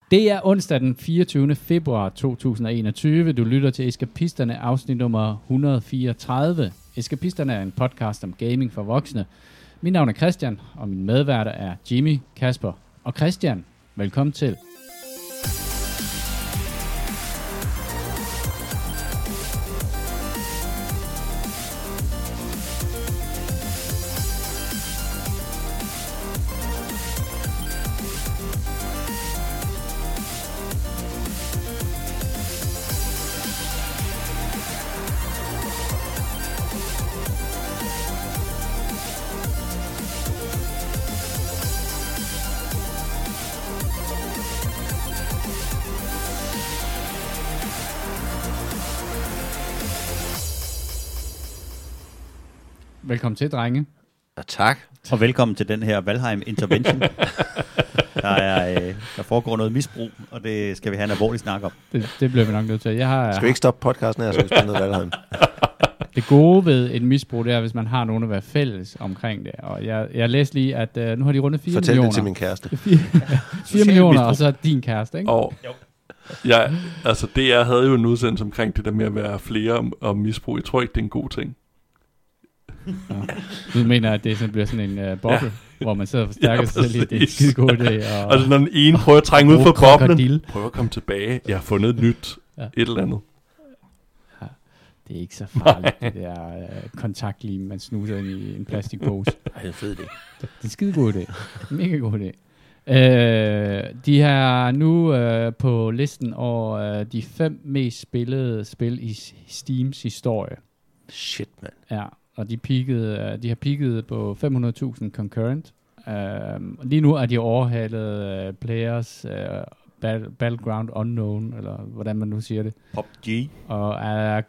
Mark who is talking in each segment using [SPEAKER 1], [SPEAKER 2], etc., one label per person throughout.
[SPEAKER 1] Det er onsdag den 24. februar 2021. Du lytter til Eskapisterne, afsnit nummer 134. Eskapisterne er en podcast om gaming for voksne. Mit navn er Christian, og min medværter er Jimmy, Kasper og Christian. Velkommen til. Velkommen til, drenge.
[SPEAKER 2] Og tak.
[SPEAKER 3] Og velkommen til den her Valheim Intervention. Der foregår noget misbrug, og det skal vi have en alvorlig snak om.
[SPEAKER 1] Det bliver vi nok nødt til.
[SPEAKER 2] Skal vi ikke stoppe podcasten her, så vi spiller noget Valheim?
[SPEAKER 1] Det gode ved et misbrug, det er, hvis man har nogen at være fælles omkring det. Og jeg læste lige, at nu har de rundet 4
[SPEAKER 2] Fortæl
[SPEAKER 1] millioner.
[SPEAKER 2] Fortæl det til min kæreste.
[SPEAKER 1] 4 millioner, og så din kæreste, ikke?
[SPEAKER 4] Og ja, altså DR havde jo en udsendelse omkring det der med at være flere og misbrug. Jeg tror ikke, det er en god ting.
[SPEAKER 1] Ja. Du mener, at det sådan bliver sådan en boble, hvor man sidder og forstærker sig selv i det er skide god idé.
[SPEAKER 4] Altså når den ene prøver at trænge ud fra boblen, prøver at komme tilbage. Jeg har fundet et nyt, et eller andet.
[SPEAKER 1] Ja, det er ikke så farligt, det der kontaktlim, man snuser ind i en plastikpose.
[SPEAKER 2] Ej, det er fed idé.
[SPEAKER 1] Det er en skide god idé. Mega god idé. De er nu på listen over de 5 mest spillede spil i Steams historie.
[SPEAKER 2] Shit, mand.
[SPEAKER 1] Ja. Og de har peaket på 500.000 concurrent. Lige nu er de overhalet Players Battleground Unknown, eller hvordan man nu siger det.
[SPEAKER 3] PUBG.
[SPEAKER 1] Og er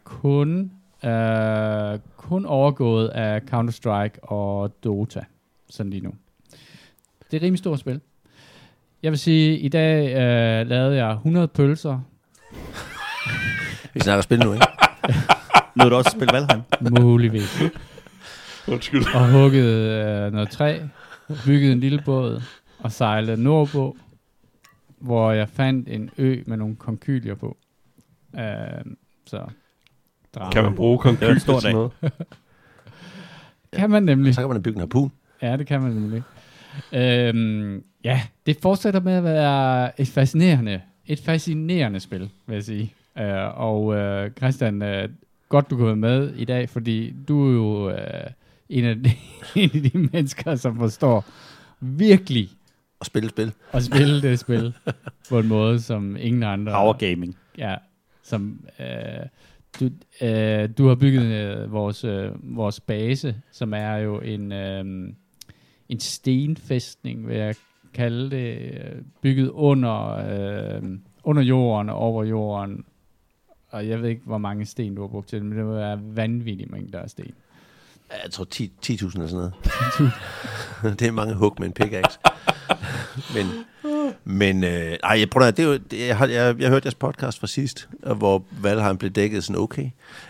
[SPEAKER 1] kun overgået af Counter-Strike og Dota, sådan lige nu. Det er rimelig stort spil. Jeg vil sige, i dag lavede jeg 100 pølser.
[SPEAKER 2] Vi snakker spil nu, ikke?
[SPEAKER 3] Nåede du også at spille Valheim?
[SPEAKER 1] Muligvis.
[SPEAKER 4] Undskyld.
[SPEAKER 1] Og hugget noget træ, byggede en lille båd og sejlede nordpå, hvor jeg fandt en ø med nogle konkylier på.
[SPEAKER 4] Kan man bruge konkylier til noget?
[SPEAKER 1] Kan man nemlig.
[SPEAKER 2] Så kan man bygge en harpun.
[SPEAKER 1] Ja, det kan man nemlig. Ja, det fortsætter med at være et fascinerende spil, vil jeg sige. Og Christian, godt du kan være med i dag, fordi du er jo en af de mennesker, som forstår virkelig
[SPEAKER 2] at spille spil.
[SPEAKER 1] Og spille det spil på en måde, som ingen andre.
[SPEAKER 3] Power gaming.
[SPEAKER 1] Ja, som du har bygget vores base, som er jo en stenfæstning, vil jeg kalde det, bygget under jorden og over jorden. Og jeg ved ikke, hvor mange sten du har brugt til det, men det må være vanvittige mængder af sten.
[SPEAKER 2] Jeg tror 10.000 eller sådan noget. Det er mange hug med en pickaxe. men jeg prøver det er jo, jeg hørte jeres podcast fra sidst, hvor Valheim blev dækket sådan okay.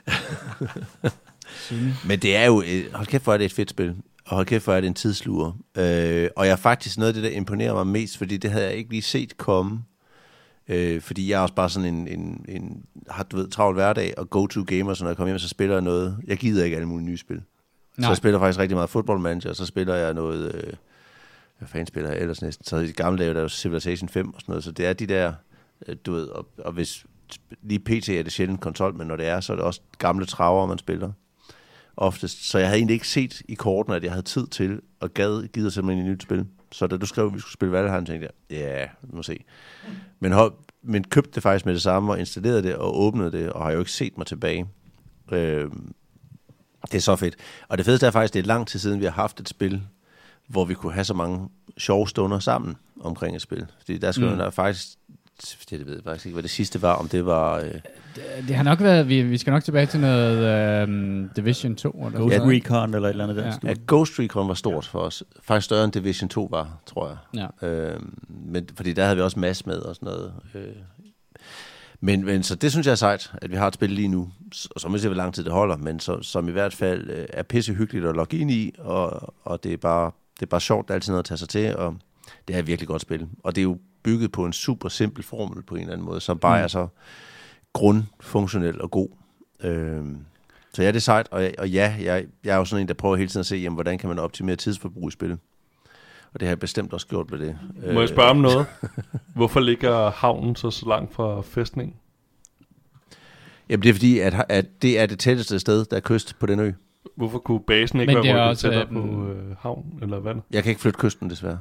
[SPEAKER 2] Men det er jo, hold kæft for, at det er et fedt spil. Og hold kæft for, at det er en tidsluger. Og jeg er faktisk noget af det, der imponerer mig mest, fordi det havde jeg ikke lige set komme. Fordi jeg er også bare sådan en har du ved travl hverdag og go-to-gamer, så når jeg kommer hjem, så spiller jeg noget. Jeg gider ikke alle mulige nye spil. Nej. Så jeg spiller faktisk rigtig meget Football Manager, og så spiller jeg noget, hvad fanden spiller jeg ellers næsten? Så i gamle dage, der er jo Civilization 5 og sådan noget, så det er de der, du ved, og hvis lige PT er det sjældent konsol, men når det er, så er det også gamle traver, man spiller oftest. Så jeg havde egentlig ikke set i kortene, at jeg havde tid til, og gider simpelthen i nyt spil. Så da du skrev, at vi skulle spille Valheim, tænkte jeg, ja, nu må se. Men købte det faktisk med det samme, og installerede det, og åbnede det, og har jo ikke set mig tilbage. Det er så fedt. Og det fedeste er faktisk, det er lang tid siden, vi har haft et spil, hvor vi kunne have så mange sjove stunder sammen omkring et spil. Fordi der skal der faktisk, det ved jeg faktisk ikke, hvad det sidste var, om det var...
[SPEAKER 1] Det har nok været, vi skal nok tilbage til noget Division 2. Eller
[SPEAKER 3] Ghost Recon eller et eller andet der.
[SPEAKER 2] Ja, Ghost Recon var stort for os. Faktisk større end Division 2 var, tror jeg.
[SPEAKER 1] Ja.
[SPEAKER 2] Men, fordi der havde vi også masse med og sådan noget. Men så det synes jeg er sejt, at vi har et spil lige nu, og så må vi se, hvor lang tid det holder, men som i hvert fald er pissehyggeligt at logge ind i, og det er bare sjovt, der er altid noget at tage sig til, og det er et virkelig godt spil. Og det er jo bygget på en super simpel formel på en eller anden måde, som bare er så grundfunktionel og god. Så ja, det er sejt, og ja, jeg er jo sådan en, der prøver hele tiden at se, jamen, hvordan kan man optimere tidsforbrug i spil. Og det har jeg bestemt også gjort med det.
[SPEAKER 4] Må jeg spørge om noget? Hvorfor ligger havnen så langt fra fæstningen?
[SPEAKER 2] Jamen det er fordi, at det er det tætteste sted, der er kyst på den ø.
[SPEAKER 4] Hvorfor kunne basen ikke
[SPEAKER 1] Men
[SPEAKER 4] være rykket tættere på havnen eller hvad?
[SPEAKER 2] Jeg kan ikke flytte kysten, desværre.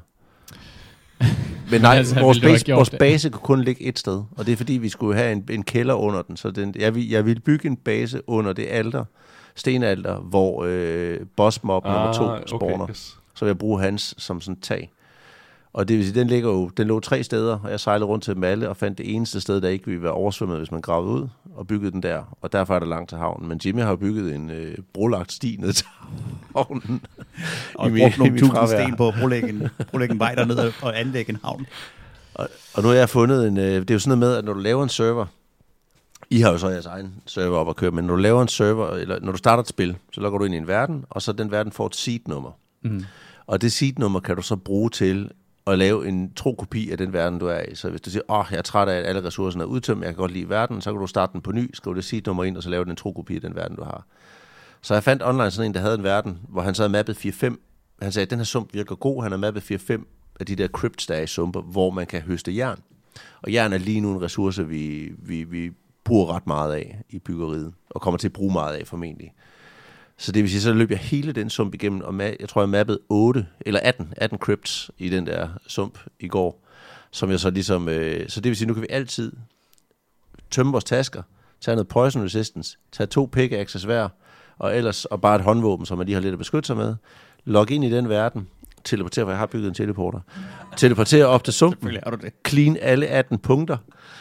[SPEAKER 2] Men nej, vores base kunne kun ligge et sted, og det er fordi, vi skulle have en kælder under den. Så jeg ville bygge en base under det stenalter, hvor bossmob nummer 2 spawner. Okay, yes. Så vil jeg bruge hans som sådan tag. Og det vil sige, den lå 3 steder, og jeg sejlede rundt til dem alle, og fandt det eneste sted, der ikke ville være oversvømmet, hvis man gravede ud, og byggede den der. Og derfor er der langt til havnen. Men Jimmy har jo bygget en brolagt sti ned til havnen.
[SPEAKER 3] Og brugt nogle 1000 sten på at brolægge en vej derned og anlægge en havn.
[SPEAKER 2] Og nu har jeg fundet det er jo sådan noget med, at når du laver en server, I har jo så jeres egen server op at køre, men når du laver en server, eller når du starter et spil, så logger du ind i en verden, og så den verden får et seed-nummer. Mm. Og det seed-nummer kan du så bruge til at lave en tro kopi af den verden, du er i. Så hvis du siger, jeg er træt af, at alle ressourcerne er udtømt, jeg kan godt lide verden, så kan du starte den på ny, skrive det seed-nummer ind, og så lave en tro kopi af den verden, du har. Så jeg fandt online sådan en, der havde en verden, hvor han så havde mappet 4-5. Han sagde, at den her sump virker god. Han har mappet 4-5 af de der crypts, der er i sumper, hvor man kan høste jern. Og jern er lige nu en ressource, vi bruger ret meget af i byggeriet, og kommer til at bruge meget af formentlig. Så det vil sige, så løb jeg hele den sump igennem, og jeg tror, jeg mappede 18 crypts i den der sump i går, som jeg så ligesom... så det vil sige, nu kan vi altid tømme vores tasker, tage noget poison resistance, tage 2 pickaxes hver, og bare et håndvåben, som man lige har lidt at beskytte sig med, logge ind i den verden, teleportere, for jeg har bygget en teleporter, teleportere op til sumpen, clean alle 18 punkter,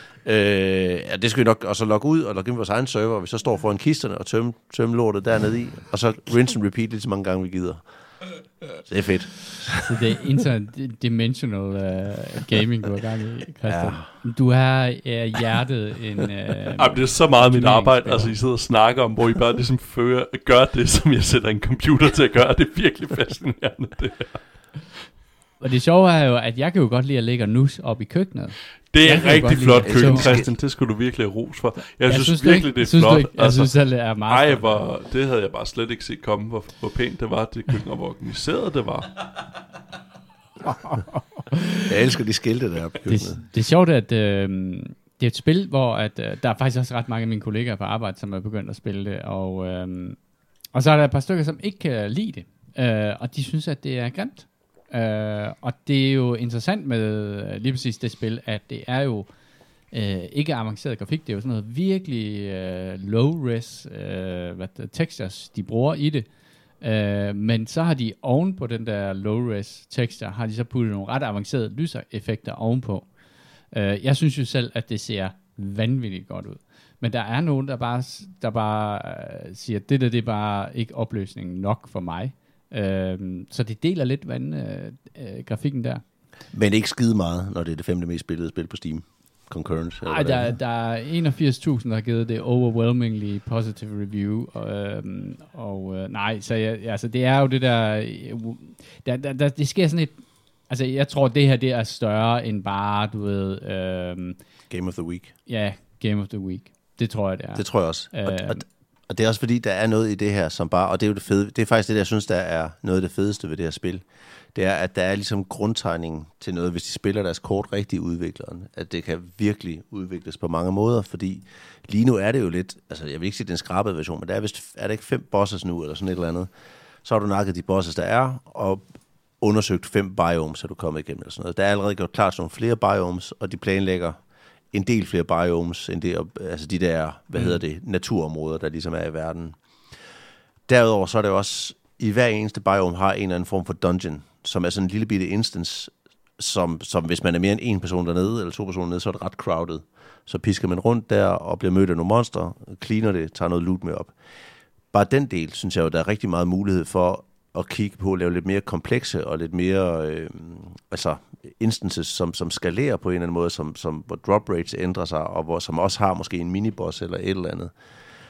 [SPEAKER 2] det skal vi nok, og så logge ud og logge ind på vores egen server, og vi så står foran kisterne og tømme lortet dernede i, og så rinse and repeat lige så mange gange vi gider. Så det er fedt.
[SPEAKER 1] Så det er interdimensional gaming, du er gang i, Christian. Ja. Du har hjertet en...
[SPEAKER 4] det er så meget mit arbejde, altså I sidder og snakker om, hvor I bare ligesom gør det, som jeg sætter en computer til at gøre. Det er virkelig fascinerende, det her. Og
[SPEAKER 1] det sjove er jo, at jeg kan jo godt lide at ligge og nus op i køkkenet.
[SPEAKER 4] Det er en rigtig flot køkken, Christian. Det skulle du virkelig have ros for. Jeg synes virkelig, det er flot.
[SPEAKER 1] Jeg synes selv, det er meget
[SPEAKER 4] flot. Det havde jeg bare slet ikke set komme, hvor pænt det var, det køkken, og hvor organiseret det var.
[SPEAKER 2] Jeg elsker de skilte der på køkkenet.
[SPEAKER 1] Det er sjovt, at det er et spil, hvor at, der er faktisk også ret mange af mine kollegaer på arbejde, som er begyndt at spille det. Og så er der et par stykker, som ikke kan lide det. Og de synes, at det er grimt. Og det er jo interessant med lige præcis det spil, at det er jo ikke avanceret grafik, det er jo sådan noget virkelig low-res textures, de bruger i det. Men så har de oven på den der low-res texture, har de så puttet nogle ret avancerede lyseffekter ovenpå. Jeg synes jo selv, at det ser vanvittigt godt ud. Men der er nogen, der bare siger, at det er bare ikke opløsningen nok for mig. Så det deler lidt grafikken der.
[SPEAKER 2] Men ikke skide meget, når det er det 5. mest spillede spil på Steam. Concurrent.
[SPEAKER 1] Nej, der er 81.000, der har givet det overwhelmingly positive review. Nej, så altså, det er jo det der det sker sådan et... Altså, jeg tror, det her det er større end bare, du ved...
[SPEAKER 2] Game of the Week.
[SPEAKER 1] Ja, Game of the Week. Det tror jeg, det er.
[SPEAKER 2] Det tror jeg også. Og det er også fordi, der er noget i det her, som bare... Og det er jo det fede. Det er faktisk det, jeg synes, der er noget af det fedeste ved det her spil. Det er, at der er ligesom grundtegningen til noget, hvis de spiller deres kort rigtig udvikleren. At det kan virkelig udvikles på mange måder, fordi lige nu er det jo lidt... Altså, jeg vil ikke sige, det er en skrabet version, men der er der ikke 5 bosses nu, eller sådan et eller andet. Så har du nakket de bosses, der er, og undersøgt 5 biomes, så du kommet igennem eller sådan noget. Der er allerede gjort klart nogle flere biomes, og de planlægger en del flere biomes, end det, altså de der, naturområder, der ligesom er i verden. Derudover så er det jo også, i hver eneste biome har en eller anden form for dungeon, som er sådan en lille bitte instance, som hvis man er mere end 1 person dernede, eller 2 personer dernede, så er det ret crowded. Så pisker man rundt der, og bliver mødt af nogle monster, cleaner det, tager noget loot med op. Bare den del, synes jeg jo, der er rigtig meget mulighed for at kigge på at lave lidt mere komplekse og lidt mere instances, som skalerer på en eller anden måde, hvor drop rates ændrer sig, og som også har måske en miniboss eller et eller andet.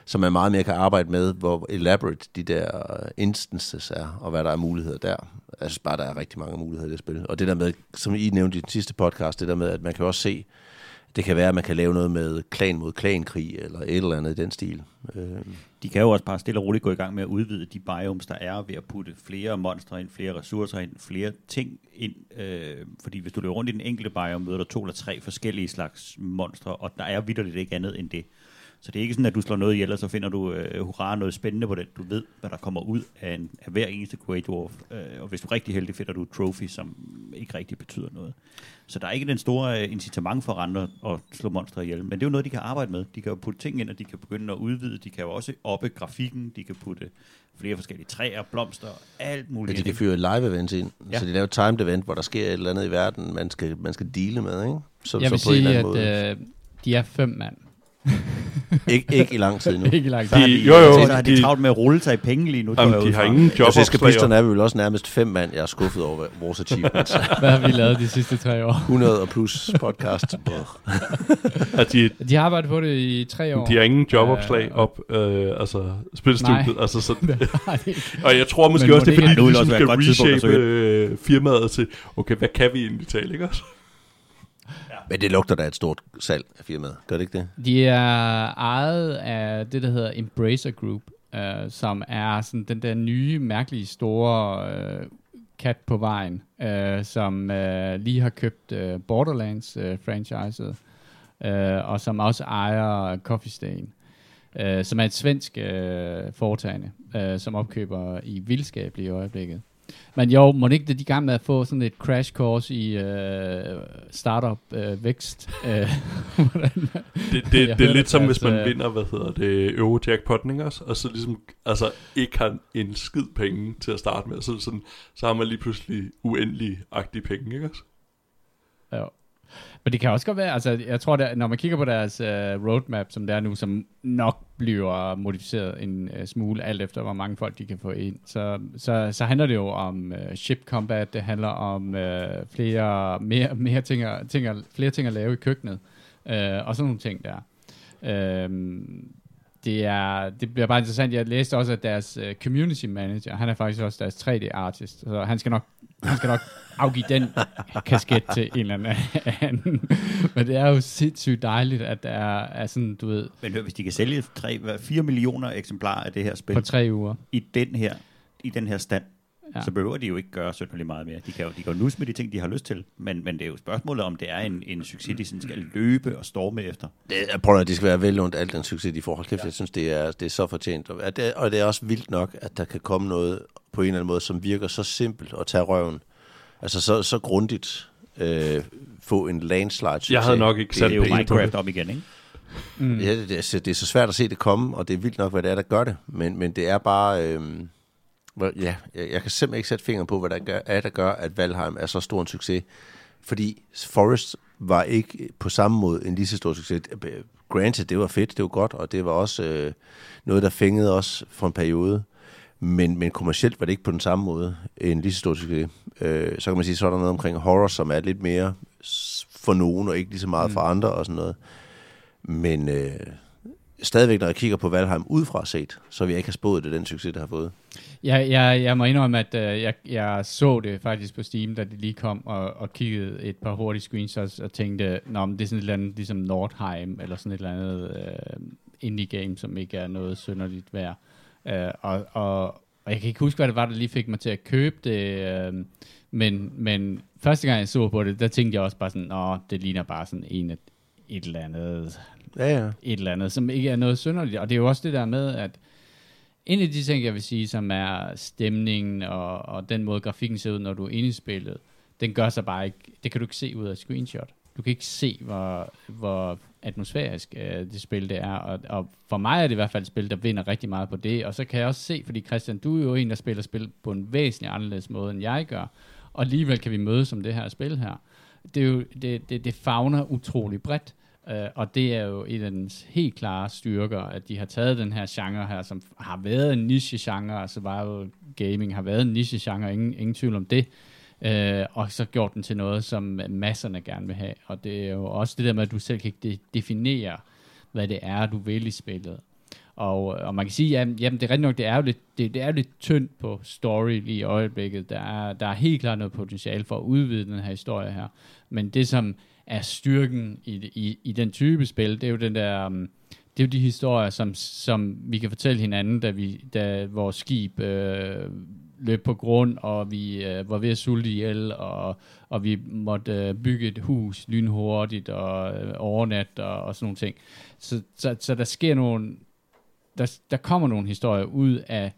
[SPEAKER 2] som man meget mere kan arbejde med, hvor elaborate de der instances er, og hvad der er muligheder der. Jeg synes bare, der er rigtig mange muligheder i det spil. Og det der med, som I nævnte i den sidste podcast, det der med, at man kan også se, det kan være, at man kan lave noget med klan mod klankrig, eller et eller andet i den stil.
[SPEAKER 3] De kan jo også bare stille og roligt gå i gang med at udvide de biomes, der er, ved at putte flere monstre ind, flere ressourcer ind, flere ting ind. Fordi hvis du løber rundt i den enkelte biome, møder der 2 eller 3 forskellige slags monstre, og der er vitterligt ikke andet end det. Så det er ikke sådan, at du slår noget ihjel, og så finder du noget spændende på det. Du ved, hvad der kommer ud af hver eneste Grey Dwarf. Og hvis du er rigtig heldig, finder du et trophy, som ikke rigtig betyder noget. Så der er ikke den store incitament for andre at slå monstre ihjel. Men det er jo noget, de kan arbejde med. De kan jo putte ting ind, og de kan begynde at udvide. De kan jo også oppe grafikken. De kan putte flere forskellige træer, blomster, alt muligt.
[SPEAKER 2] Ja, de kan fyre live events ind. Ja. Så de laver timed event, hvor der sker et eller andet i verden, man skal deale med, ikke?
[SPEAKER 1] Jeg vil sige, at de er 5 mand.
[SPEAKER 2] ikke i lang tid nu.
[SPEAKER 1] Ikke i lang tid.
[SPEAKER 3] Så har de travlt med at rulle sig i penge lige nu.
[SPEAKER 4] Jamen, de har ingen jobopslag.
[SPEAKER 2] Eskapisterne er vi vel også nærmest 5 mand. Jeg er skuffet over vores achievements.
[SPEAKER 1] Hvad har vi lavet de sidste 3 år?
[SPEAKER 2] 100 og plus podcast.
[SPEAKER 4] De
[SPEAKER 1] har arbejdet på det i 3 år.
[SPEAKER 4] De har ingen jobopslag op, altså spilstudiet. Altså, så, og jeg tror måske også, det er fordi, de ligesom skal reshape firmaet til, okay, hvad kan vi egentlig tale, ikke også?
[SPEAKER 2] Men det lugter da et stort salg af firmaet. Gør det ikke det?
[SPEAKER 1] De er ejet af det, der hedder Embracer Group, som er sådan den der nye, mærkelige, store kat på vejen, som lige har købt Borderlands-franchiset, og som også ejer Coffee Stain, som er et svensk foretagende, som opkøber i vildskab i øjeblikket. Men jo, må ikke det de gang med at få sådan et crash course i startup vækst?
[SPEAKER 4] Det er lidt som hvis man vinder, Eurojackpotten, ikke også? Og så ligesom altså ikke har en skid penge til at starte med, så har man lige pludselig uendelig-agtige penge, ikke også?
[SPEAKER 1] Ja. Men det kan også godt være, altså jeg tror, når man kigger på deres roadmap, som det er nu, som nok bliver modificeret en smule, alt efter hvor mange folk de kan få ind, så handler det jo om ship combat, det handler om flere ting at lave i køkkenet, og sådan nogle ting der. Det bliver bare interessant. Jeg læste også, at deres community manager, han er faktisk også deres 3D-artist, så han skal nok afgive den kasket til en eller anden. Men det er jo sindssygt dejligt, at der er sådan, du ved...
[SPEAKER 3] Men hvis de kan sælge 4 millioner eksemplarer af det her spil...
[SPEAKER 1] På 3 uger.
[SPEAKER 3] I den her stand, ja. Så behøver de jo ikke gøre synderligt meget mere. De kan jo nusse med de ting, de har lyst til. Men det er jo spørgsmålet, om det er en succes, de sådan skal løbe og storme efter.
[SPEAKER 2] Prøv at de skal være vellånt alt den succes, de får. Hold kæft, ja. Jeg synes, det er så fortjent. Og det er også vildt nok, at der kan komme noget på en eller anden måde, som virker så simpelt at tage røven. Altså så grundigt få en landslide succes.
[SPEAKER 4] Jeg havde nok ikke sat
[SPEAKER 3] det er jo Minecraft op igen, ikke?
[SPEAKER 2] Mm. Ja, det er så svært at se det komme, og det er vildt nok, hvad det er, der gør det. Men det er bare... jeg kan simpelthen ikke sætte fingeren på, hvad der gør, at Valheim er så stor en succes. Fordi Forest var ikke på samme måde en lige så stor succes. Granted, det var fedt, det var godt, og det var også noget, der fængede os for en periode. Men kommercielt var det ikke på den samme måde en lige så stor succes. Så kan man sige, så er der noget omkring horror, som er lidt mere for nogen, og ikke lige så meget for andre og sådan noget. Men stadigvæk, når jeg kigger på Valheim udefra set, så vil jeg ikke have spået det, den succes, der har fået.
[SPEAKER 1] Jeg må indrømme, at jeg så det faktisk på Steam, da det lige kom, og kiggede et par hurtige screenshots, og tænkte, nå, men det er sådan et eller andet, ligesom Nordheim, eller sådan et eller andet indie-game, som ikke er noget synderligt værd. Og jeg kan ikke huske, hvad det var, der lige fik mig til at købe det, men første gang jeg så på det, der tænkte jeg også bare sådan, nå, det ligner bare sådan et eller andet, et eller andet, som ikke er noget synderligt. Og det er jo også det der med, at en af de ting, jeg vil sige, som er stemningen og den måde, grafikken ser ud, når du er inde i spillet, den gør sig bare ikke, det kan du ikke se ud af screenshot. Du kan ikke se, hvor atmosfærisk det spil det er, og for mig er det i hvert fald et spil, der vinder rigtig meget på det, og så kan jeg også se, fordi Christian, du er jo en, der spiller spil på en væsentlig anderledes måde, end jeg gør, og alligevel kan vi mødes om det her spil her. Det er jo, det favner utrolig bredt, og det er jo en af dens helt klare styrker, at de har taget den her genre her, som har været en niche-genre, survival gaming har været en niche-genre, ingen tvivl om det, og så gjort den til noget, som masserne gerne vil have. Og det er jo også det der med, at du selv kan ikke definere, hvad det er, du vil i spillet. Og man kan sige, jamen det er rigtigt nok, det er jo lidt tyndt på story lige i øjeblikket. Der er helt klart noget potentiale for at udvide den her historie her. Men det, som er styrken i den type spil, det er jo den der... det er jo de historier, som vi kan fortælle hinanden, da vores skib løb på grund, og vi var ved at sulte ihjel, og vi måtte bygge et hus lynhurtigt og overnat og sådan nogle ting. Så der sker nogle... Der kommer nogle historier ud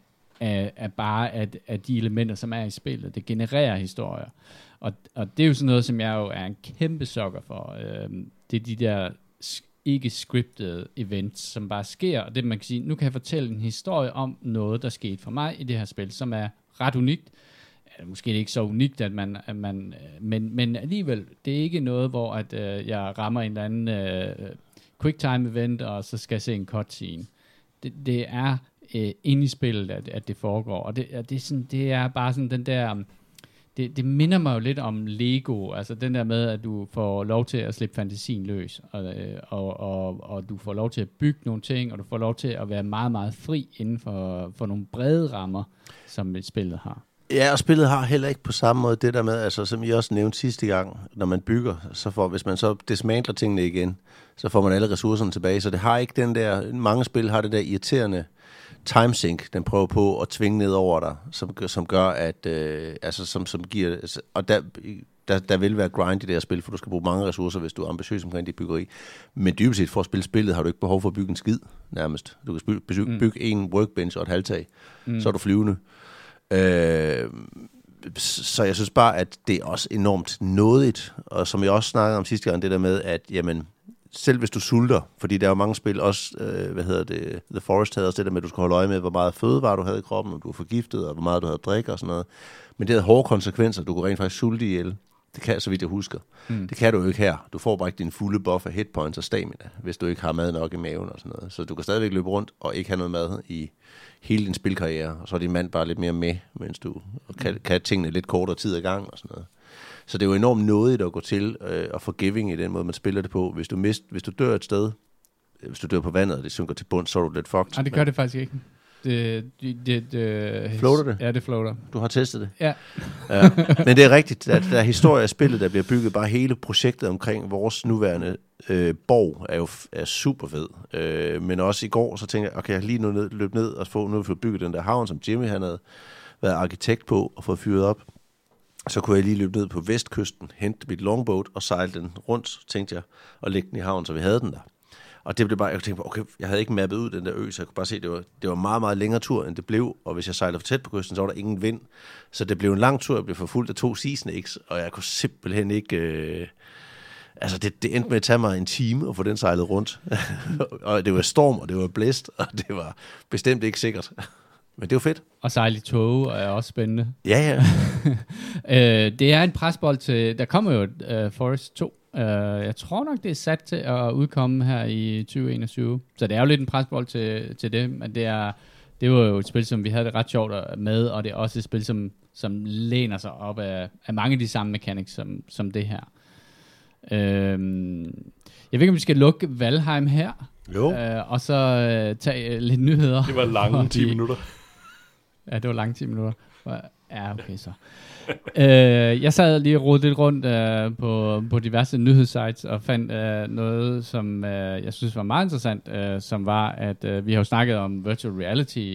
[SPEAKER 1] af de elementer, som er i spillet. Det genererer historier. Og det er jo sådan noget, som jeg jo er en kæmpe sokker for. Det er de der ikke scripted events, som bare sker. Og det man kan sige, nu kan jeg fortælle en historie om noget, der skete for mig i det her spil, som er ret unikt. Måske er det ikke så unikt, at man men alligevel, det er ikke noget, hvor at, jeg rammer en eller anden quicktime event, og så skal jeg se en cutscene. Det er inde i spillet, at det foregår. Og det er bare sådan den der... Det minder mig jo lidt om Lego, altså den der med, at du får lov til at slippe fantasien løs, og du får lov til at bygge nogle ting, og du får lov til at være meget, meget fri inden for nogle brede rammer, som spillet har.
[SPEAKER 2] Ja, og spillet har heller ikke på samme måde det der med, altså som I også nævnte sidste gang, når man bygger, hvis man så dismantler tingene igen, så får man alle ressourcerne tilbage, så det har ikke den der, mange spil har det der irriterende timesink, den prøver på at tvinge ned over dig, som gør, at som giver, og der vil være grind i det her spil, for du skal bruge mange ressourcer, hvis du er ambitiøs omkring dit byggeri. Men dybest set for at spille spillet, har du ikke behov for at bygge en skid, nærmest. Du kan bygge en workbench og et halvtag, så er du flyvende. Så jeg synes bare, at det er også enormt nådigt, og som jeg også snakkede om sidste gang, det der med, at jamen, selv hvis du sulter, fordi der er jo mange spil, også, The Forest havde også det der med, at du skal holde øje med, hvor meget fødevare du havde i kroppen, om du var forgiftet, og hvor meget du havde drikke og sådan noget. Men det havde hårde konsekvenser, du kunne rent faktisk sulte ihjel. Det kan, så vidt jeg husker. Det kan du jo ikke her. Du får bare ikke din fulde buff af hitpoints og stamina, hvis du ikke har mad nok i maven og sådan noget. Så du kan stadigvæk løbe rundt og ikke have noget mad i hele din spilkarriere, og så er din mand bare lidt mere med, mens du kan tingene lidt kortere tid ad gang og sådan noget. Så det er jo enormt nådigt at gå til og forgiving i den måde, man spiller det på. Hvis du dør et sted, hvis du dør på vandet, og det synker til bund, så er du lidt fucked.
[SPEAKER 1] Nej, det gør det faktisk ikke.
[SPEAKER 2] Floater det?
[SPEAKER 1] Ja, det floater.
[SPEAKER 2] Du har testet det?
[SPEAKER 1] Ja.
[SPEAKER 2] Ja. Men det er rigtigt, at der er historie af spillet, der bliver bygget. Bare hele projektet omkring vores nuværende borg er super fed. Men også i går, så tænkte jeg, okay, jeg kan lige løbe ned og få bygget den der havn, som Jimmy han havde været arkitekt på og fået fyret op. Så kunne jeg lige løbe ned på vestkysten, hente mit longboat og sejle den rundt, tænkte jeg, og lægge den i havn, så vi havde den der. Og det blev bare, jeg tænkte, okay, jeg havde ikke mappet ud den der ø, så jeg kunne bare se, det var meget, meget længere tur, end det blev. Og hvis jeg sejlede for tæt på kysten, så var der ingen vind. Så det blev en lang tur, jeg blev forfulgt af 2 sea snakes, og jeg kunne simpelthen ikke... det endte med at tage mig en time at få den sejlet rundt. Og det var storm, og det var blæst, og det var bestemt ikke sikkert. Men det var fedt.
[SPEAKER 1] Og sejle i tog er også spændende.
[SPEAKER 2] Ja.
[SPEAKER 1] Det er en presbold til... Der kommer jo et Forest 2. Jeg tror nok, det er sat til at udkomme her i 2021. Så det er jo lidt en presbold til det. Men det var jo et spil, som vi havde det ret sjovt med, og det er også et spil, som læner sig op af mange af de samme mechanics som det her. Jeg ved ikke, om vi skal lukke Valheim her.
[SPEAKER 2] Jo.
[SPEAKER 1] Og så tage lidt nyheder.
[SPEAKER 4] Det var lange 10 minutter.
[SPEAKER 1] Ja, det var lange 10 minutter. Ja, okay så. Jeg sad lige og rodede lidt rundt på diverse nyhedssites og fandt noget, som jeg synes var meget interessant, som var, at vi har jo snakket om virtual reality,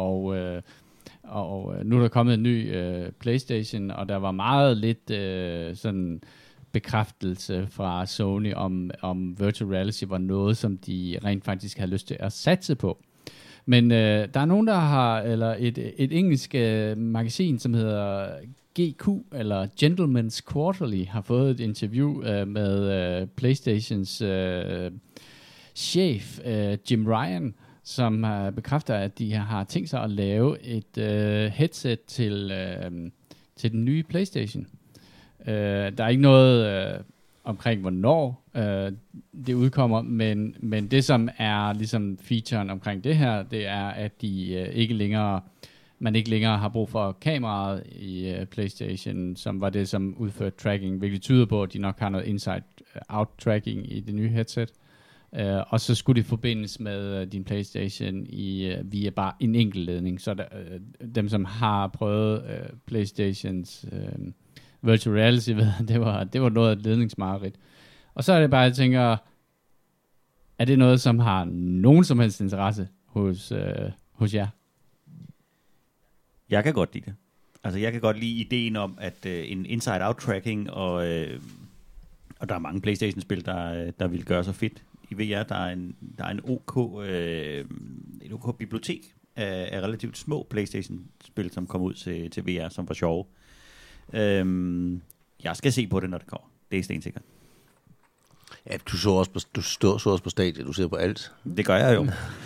[SPEAKER 1] og nu er der kommet en ny PlayStation, og der var meget lidt sådan bekræftelse fra Sony om virtual reality var noget, som de rent faktisk havde lyst til at satse på. Men der er nogen, der har, eller et engelsk magasin, som hedder GQ, eller Gentleman's Quarterly, har fået et interview med PlayStations chef, Jim Ryan, som bekræfter, at de har tænkt sig at lave et headset til den nye PlayStation. Der er ikke noget omkring, hvornår det udkommer, men det, som er ligesom featuren omkring det her, det er, at man ikke længere har brug for kameraet i PlayStation, som var det, som udførte tracking, hvilket tyder på, at de nok har noget inside-out tracking i det nye headset. Og så skulle det forbindes med din PlayStation via bare en enkelt ledning. Så dem, som har prøvet PlayStations virtual reality, det var noget af et ledningsmareridt. Og så er det bare, jeg tænker, er det noget, som har nogen som helst interesse hos jer?
[SPEAKER 3] Jeg kan godt lide det. Altså, jeg kan godt lide ideen om, at en inside-out-tracking, og der er mange PlayStation-spil, der vil gøre sig fedt i VR. Der er en OK bibliotek af relativt små PlayStation-spil, som kommer ud til VR, som var sjove. Jeg skal se på det, når det kommer. Det er stensikkert.
[SPEAKER 2] Ja, du så også på stadiet, du ser på alt.
[SPEAKER 3] Det gør jeg jo.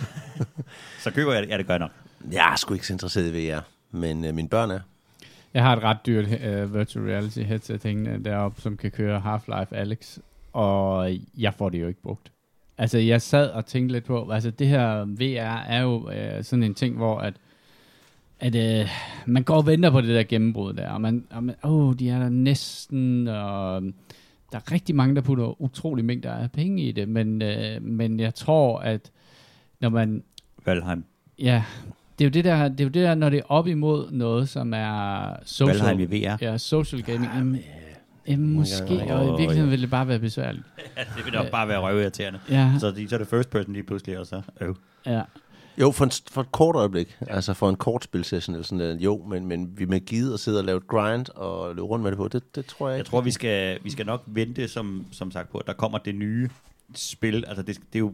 [SPEAKER 3] Så køber jeg det. Ja, det gør jeg nok.
[SPEAKER 2] Jeg er sgu ikke så interesseret i VR, men mine børn er.
[SPEAKER 1] Jeg har et ret dyrt virtual reality headset hængende deroppe, som kan køre Half-Life Alyx, og jeg får det jo ikke brugt. Altså, jeg sad og tænkte lidt på, altså det her VR er jo sådan en ting, hvor at man går og venter på det der gennembrud der, og man de er der næsten, og der er rigtig mange, der putter utrolig mængder af penge i det, men jeg tror, at når man...
[SPEAKER 3] Valheim.
[SPEAKER 1] Ja, det er jo det der, når det er op imod noget, som er social...
[SPEAKER 3] Valheim i VR.
[SPEAKER 1] Ja, social gaming. Måske, og i virkeligheden vil det bare være besværligt.
[SPEAKER 3] Ja, det vil nok bare være røvirriterende.
[SPEAKER 1] Ja.
[SPEAKER 3] Så er det first person lige pludselig, og så...
[SPEAKER 1] Ja.
[SPEAKER 2] Jo, for et kort øjeblik, altså for en kort spilsession eller sådan noget, jo, men vi med givet at sidde og lave et grind og løbe rundt med det på, det tror jeg ikke.
[SPEAKER 3] Jeg tror, vi skal nok vente, som sagt på, at der kommer det nye spil. Altså det er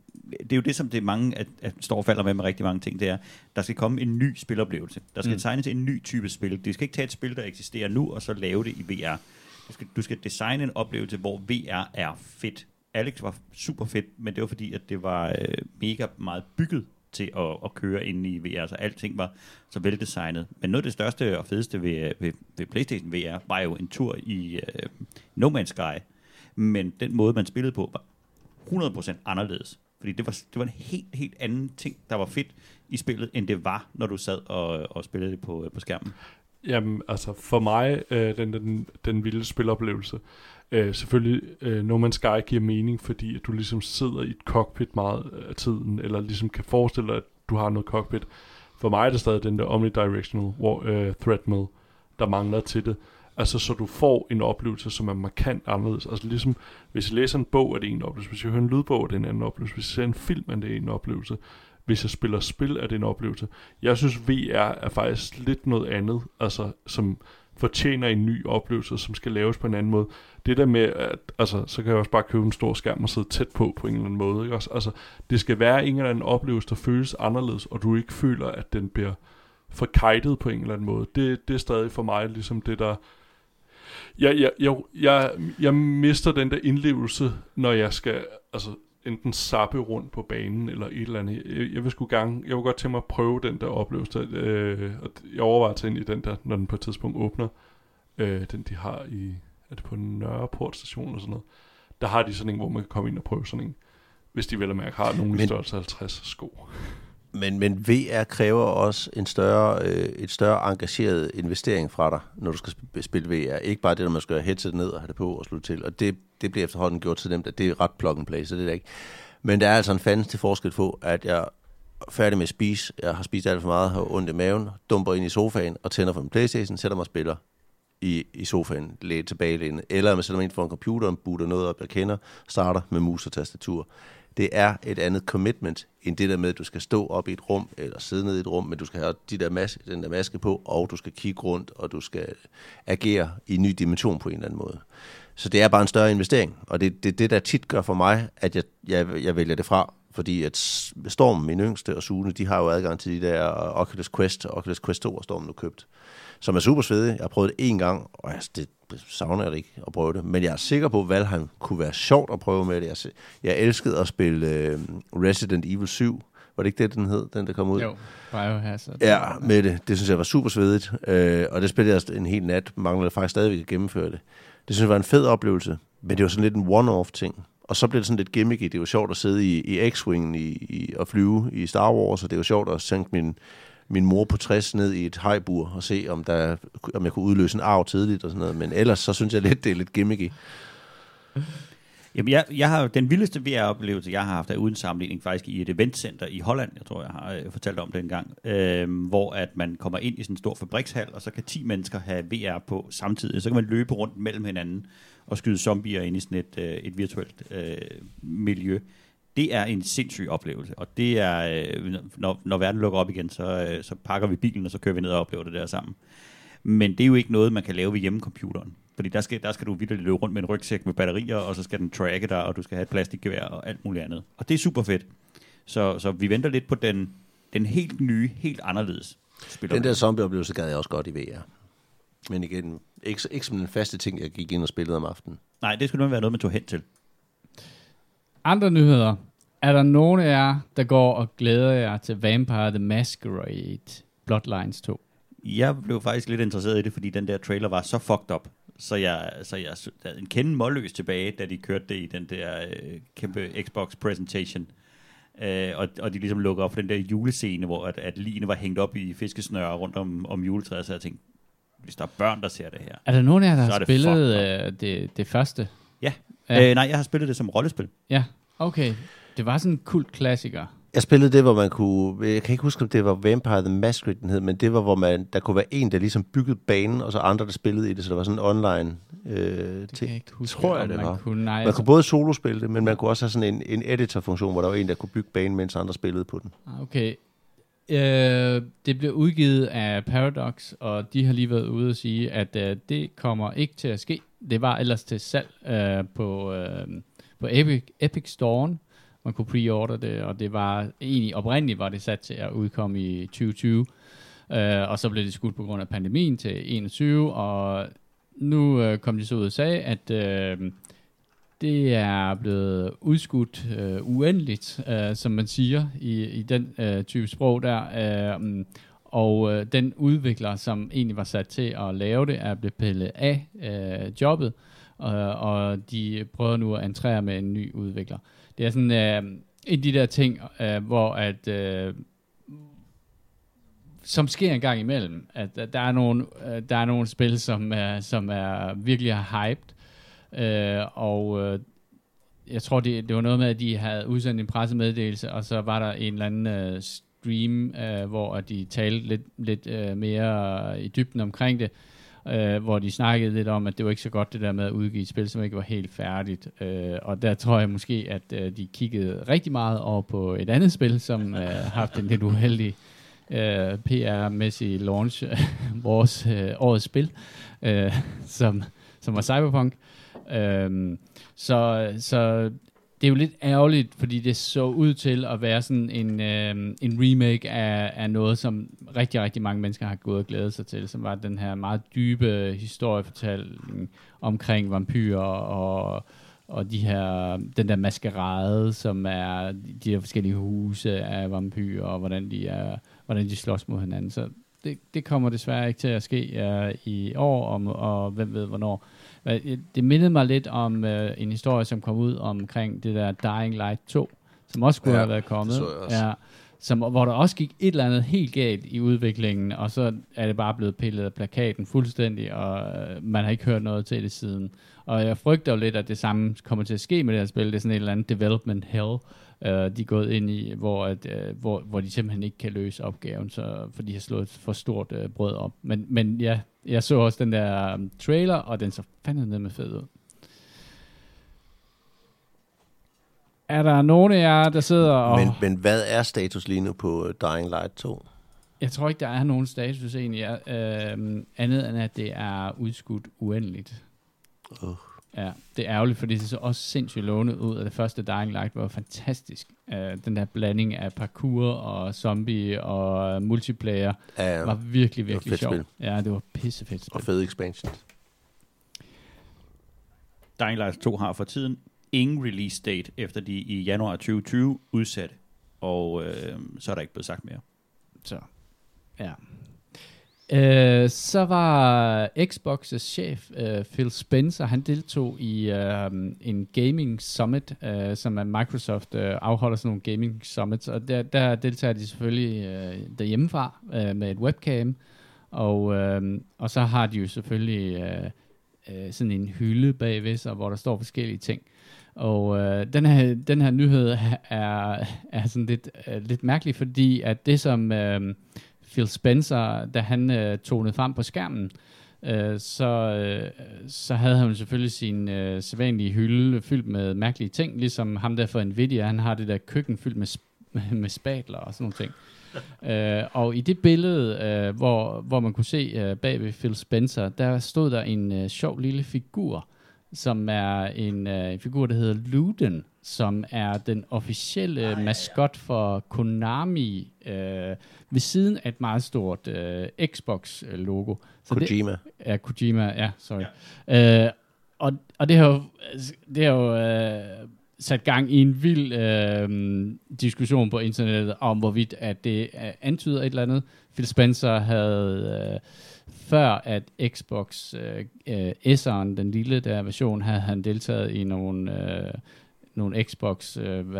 [SPEAKER 3] jo det, som det mange at står og falder med rigtig mange ting, det er, der skal komme en ny spiloplevelse. Der skal tegnes en ny type spil. Det skal ikke tage et spil, der eksisterer nu, og så lave det i VR. Du skal designe en oplevelse, hvor VR er fedt. Alex var super fedt, men det var fordi, at det var mega meget bygget til at køre ind i VR, så alting var så veldesignet. Men noget af det største og fedeste ved PlayStation VR var jo en tur i No Man's Sky, men den måde, man spillede på, var 100% anderledes. Fordi det var en helt anden ting, der var fedt i spillet, end det var, når du sad og spillede det på skærmen.
[SPEAKER 4] Jamen, altså for mig, den vilde spiloplevelse, selvfølgelig No Man's Sky giver mening, fordi at du ligesom sidder i et cockpit meget af tiden, eller ligesom kan forestille dig, at du har noget cockpit. For mig er det stadig den der omnidirectional threadmill, der mangler til det. Altså, så du får en oplevelse, som er markant anderledes. Altså, ligesom, hvis jeg læser en bog, er det en oplevelse. Hvis jeg hører en lydbog, er det en anden oplevelse. Hvis jeg ser en film, er det en oplevelse. Hvis jeg spiller spil, er det en oplevelse. Jeg synes, VR er faktisk lidt noget andet, altså, som fortjener en ny oplevelse, som skal laves på en anden måde. Det der med, at, altså, så kan jeg også bare købe en stor skærm og sidde tæt på en eller anden måde. Ikke? Altså, det skal være en eller anden oplevelse, der føles anderledes, og du ikke føler, at den bliver forkejtet på en eller anden måde. Det er stadig for mig ligesom det, der... Jeg mister den der indlevelse, når jeg skal enten zappe rundt på banen eller et eller andet. Jeg vil godt tænke mig at prøve den der oplevelse. Og jeg overvejer at tage ind i den der, når den på et tidspunkt åbner. Den de har i, er det på Nørreport station eller sådan noget. Der har de sådan en, hvor man kan komme ind og prøve sådan en. Hvis de vel og mærke har nogen i størrelse 50 sko.
[SPEAKER 2] Men VR kræver også et større engageret investering fra dig, når du skal spille VR. Ikke bare det, når man skal have headset ned og have det på og slutte til. Og det bliver efterhånden gjort til dem, at det er ret plug and play, så det er det ikke. Men der er altså en fandens til forskel på, at jeg er færdig med at spise. Jeg har spist alt for meget, har ondt i maven, dumper ind i sofaen og tænder for min PlayStation, sætter mig og spiller i sofaen, læge tilbage. Eller man sætter mig ind for en computer og booter noget op, jeg kender, starter med mus og tastatur. Det er et andet commitment, end det der med, at du skal stå op i et rum, eller sidde ned i et rum, men du skal have den der maske på, og du skal kigge rundt, og du skal agere i en ny dimension på en eller anden måde. Så det er bare en større investering, og det der tit gør for mig, at jeg vælger det fra, fordi at Storm, min yngste, og Sune, de har jo adgang til de der Oculus Quest, og Oculus Quest 2 og Storm nu købt, som er super svedige. Jeg har prøvet det en gang, og det savner jeg det ikke at prøve det. Men jeg er sikker på, at Valheim kunne være sjovt at prøve med det. Jeg elskede at spille Resident Evil 7. Var det ikke det, den hed, den der kom ud?
[SPEAKER 1] Jo, Biohazard.
[SPEAKER 2] Ja, med det. Det synes jeg var super svedigt. Og det spillede jeg en hel nat. Manglede faktisk stadigvæk at gennemføre det. Det synes jeg var en fed oplevelse. Men det var sådan lidt en one-off ting. Og så blev det sådan lidt gimmicky. Det var sjovt at sidde i X-Wingen og flyve i Star Wars. Og det var sjovt at sænke min mor på 60 ned i et hajbur og se, om jeg kunne udløse en arv tidligt og sådan noget. Men ellers så synes jeg lidt, det er lidt gimmicky.
[SPEAKER 3] Jamen, jeg har den vildeste VR-oplevelse, jeg har haft, er uden sammenligning faktisk i et eventcenter i Holland. Jeg tror, jeg har fortalt om det en gang. Hvor at man kommer ind i sådan en stor fabrikshal, og så kan 10 mennesker have VR på samtidig. Så kan man løbe rundt mellem hinanden og skyde zombier ind i sådan et virtuelt miljø. Det er en sindssyg oplevelse, og det er, når verden lukker op igen, så pakker vi bilen, og så kører vi ned og oplever det der sammen. Men det er jo ikke noget, man kan lave ved hjemmecomputeren. Fordi der skal du virkelig løbe rundt med en rygsæk med batterier, og så skal den tracke dig, og du skal have et plastikgevær og alt muligt andet. Og det er super fedt. Så vi venter lidt på den helt nye, helt anderledes spiller.
[SPEAKER 2] Den der zombieoplevelse gad jeg også godt i VR. Men igen, ikke som den faste ting, jeg gik ind og spillede om aftenen.
[SPEAKER 3] Nej, det skulle nok være noget, man tog hen til.
[SPEAKER 1] Andre nyheder. Er der nogen af jer, der går og glæder jer til Vampire the Masquerade Bloodlines 2?
[SPEAKER 3] Jeg blev faktisk lidt interesseret i det, fordi den der trailer var så fucked up. Så jeg havde en kende målløs tilbage, da de kørte det i den der kæmpe Xbox presentation. Og de ligesom lukker op for den der julescene, hvor at ligene var hængt op i fiskesnøre rundt om juletræet, så jeg tænkte, hvis der er børn, der ser det her.
[SPEAKER 1] Er der nogen af jer, der har spillet det første?
[SPEAKER 3] Ja. Nej, jeg har spillet det som rollespil.
[SPEAKER 1] Ja, okay. Det var sådan en kult klassiker.
[SPEAKER 2] Jeg spillede det, hvor man kunne... Jeg kan ikke huske, om det var Vampire the Masquerade, den hed, men det var, hvor der kunne være en, der ligesom byggede banen, og så andre, der spillede i det, så der var sådan en online ting. Tror jeg, det var. Man kunne både solospille det, men man kunne også have sådan en editor-funktion, hvor der var en, der kunne bygge banen, mens andre spillede på den.
[SPEAKER 1] Okay. Det blev udgivet af Paradox, og de har lige været ude og sige, at det kommer ikke til at ske. Det var ellers til salg på Epic Store. Man kunne pre-order det, og det var egentlig oprindeligt var det sat til at udkomme i 2020, og så blev det skudt på grund af pandemien til 21, og nu kom de så ud og sagde, at det er blevet udskudt uendeligt, som man siger i den type sprog der, og den udvikler, som egentlig var sat til at lave det, er blevet pillet af jobbet, og de prøver nu at entrere med en ny udvikler. Det er sådan en af de der ting, hvor at som sker en gang imellem, at der er nogle spil, som er virkelig hyped, og jeg tror det var noget med, at de havde udsendt en pressemeddelelse, og så var der en eller anden stream, hvor de talte lidt mere i dybden omkring det, hvor de snakkede lidt om, at det var ikke så godt det der med at udgive et spil, som ikke var helt færdigt. Og der tror jeg måske, at de kiggede rigtig meget over på et andet spil, som har haft en lidt uheldig PR-mæssig launch, vores årets spil, som var Cyberpunk. Så det er jo lidt ærgerligt, fordi det så ud til at være sådan en remake af noget, som rigtig, rigtig mange mennesker har gået og glædet sig til, som var den her meget dybe historiefortælling omkring vampyrer og den der maskerade, som er de her forskellige huse af vampyrer, og hvordan de slås mod hinanden. Så det kommer desværre ikke til at ske i år, og hvem ved hvornår. Det mindede mig lidt om en historie, som kom ud omkring det der Dying Light 2, som også skulle have været kommet. Hvor der også gik et eller andet helt galt i udviklingen, og så er det bare blevet pillet af plakaten fuldstændig, og man har ikke hørt noget til det siden. Og jeg frygter jo lidt, at det samme kommer til at ske med det her spil. Det er sådan et eller andet development hell, de er gået ind i, hvor de simpelthen ikke kan løse opgaven, for de har slået et for stort brød op. Men ja, jeg så også den der trailer, og den så fandme med fed ud. Er der nogen af jer, der sidder og...
[SPEAKER 2] Men hvad er status lige nu på Dying Light 2?
[SPEAKER 1] Jeg tror ikke, der er nogen status egentlig, andet end at det er udskudt uendeligt. Ja, det er ærgerligt, fordi det så også sindssygt lovende ud, at det første Dying Light var fantastisk. Den der blanding af parkour og zombie og multiplayer var virkelig, virkelig sjov. Ja, det var pissefedt spil.
[SPEAKER 2] Og fed expansion.
[SPEAKER 3] Dying Light 2 har for tiden ingen release date, efter de i januar 2020 udsatte. Og så er der ikke blevet sagt mere.
[SPEAKER 1] Så, ja. Så var Xbox's chef Phil Spencer, han deltog i en gaming summit, som er Microsoft afholder sådan nogle gaming summits, og der deltager de selvfølgelig derhjemmefra med et webcam, og så har de jo selvfølgelig sådan en hylde bagved sig, hvor der står forskellige ting. Og den her nyhed er sådan lidt mærkelig, fordi at det som Phil Spencer, da han tonede frem på skærmen, så havde han selvfølgelig sin sædvanlige hylde fyldt med mærkelige ting, ligesom ham der for Nvidia, han har det der køkken fyldt med spatler og sådan nogle ting. Og i det billede, hvor man kunne se bag ved Phil Spencer, der stod der en sjov lille figur, som er en figur, der hedder Luden, som er den officielle maskot for Konami, ved siden af et meget stort Xbox-logo.
[SPEAKER 2] Kojima.
[SPEAKER 1] Kojima, ja, sorry. Ja. Og det har jo sat gang i en vild diskussion på internettet om, hvorvidt at det antyder et eller andet. Phil Spencer havde før at Xbox S'eren, den lille der version, havde han deltaget i nogle Xbox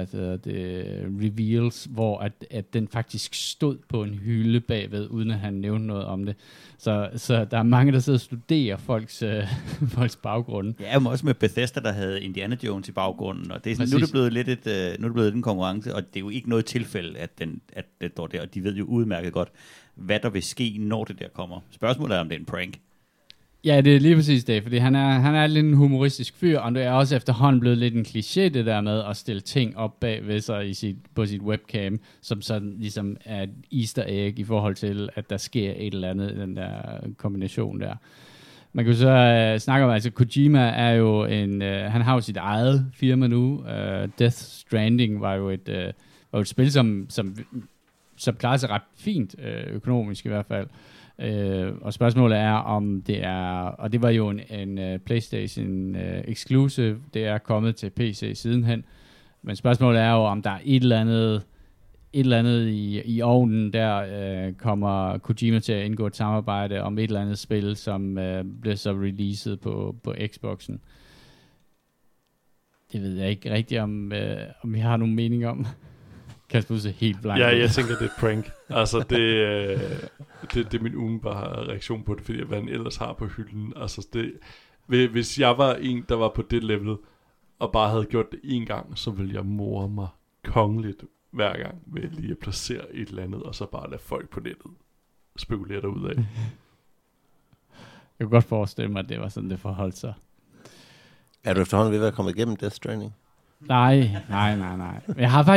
[SPEAKER 1] reveals, hvor at den faktisk stod på en hylde bagved, uden at han nævnte noget om det. Så der er mange, der sidder og studerer folks baggrunde.
[SPEAKER 3] Ja, men også med Bethesda, der havde Indiana Jones i baggrunden, og det er sådan, nu er det blevet lidt en konkurrence, og det er jo ikke noget tilfælde, at den står der, og de ved jo udmærket godt, hvad der vil ske, når det der kommer. Spørgsmålet er, om det er en prank.
[SPEAKER 1] Ja, det er lige præcis det, fordi han er lidt en humoristisk fyr, og det er også efterhånden blevet lidt en kliché, det der med at stille ting op bag ved sig på sit webcam, som sådan ligesom er et easter egg i forhold til, at der sker et eller andet i den der kombination der. Man kan så snakke om, altså Kojima er jo han har jo sit eget firma nu. Death Stranding var jo et spil, som klarer sig ret fint, økonomisk i hvert fald. Og spørgsmålet er, om det er, og det var jo en PlayStation exclusive, det er kommet til PC sidenhen, men spørgsmålet er jo, om der er et eller andet i ovnen, der kommer Kojima til at indgå et samarbejde om et eller andet spil, som bliver så releaset på Xboxen. Det ved jeg ikke rigtigt, om vi har nogen mening om. Kasper ser helt blank.
[SPEAKER 4] Ja, jeg tænker, det er prank. Altså, det er min umiddelbare reaktion på det, fordi hvad han ellers har på hylden. Altså, hvis jeg var en, der var på det level, og bare havde gjort det en gang, så ville jeg more mig kongeligt hver gang ved lige at placere et eller andet, og så bare lade folk på nettet spekulere derud af.
[SPEAKER 1] Jeg kunne godt forestille mig, at det var sådan, det forholdt sig.
[SPEAKER 2] Er du efterhånden ved at være kommet igennem Death Stranding?
[SPEAKER 1] Nej. Jeg har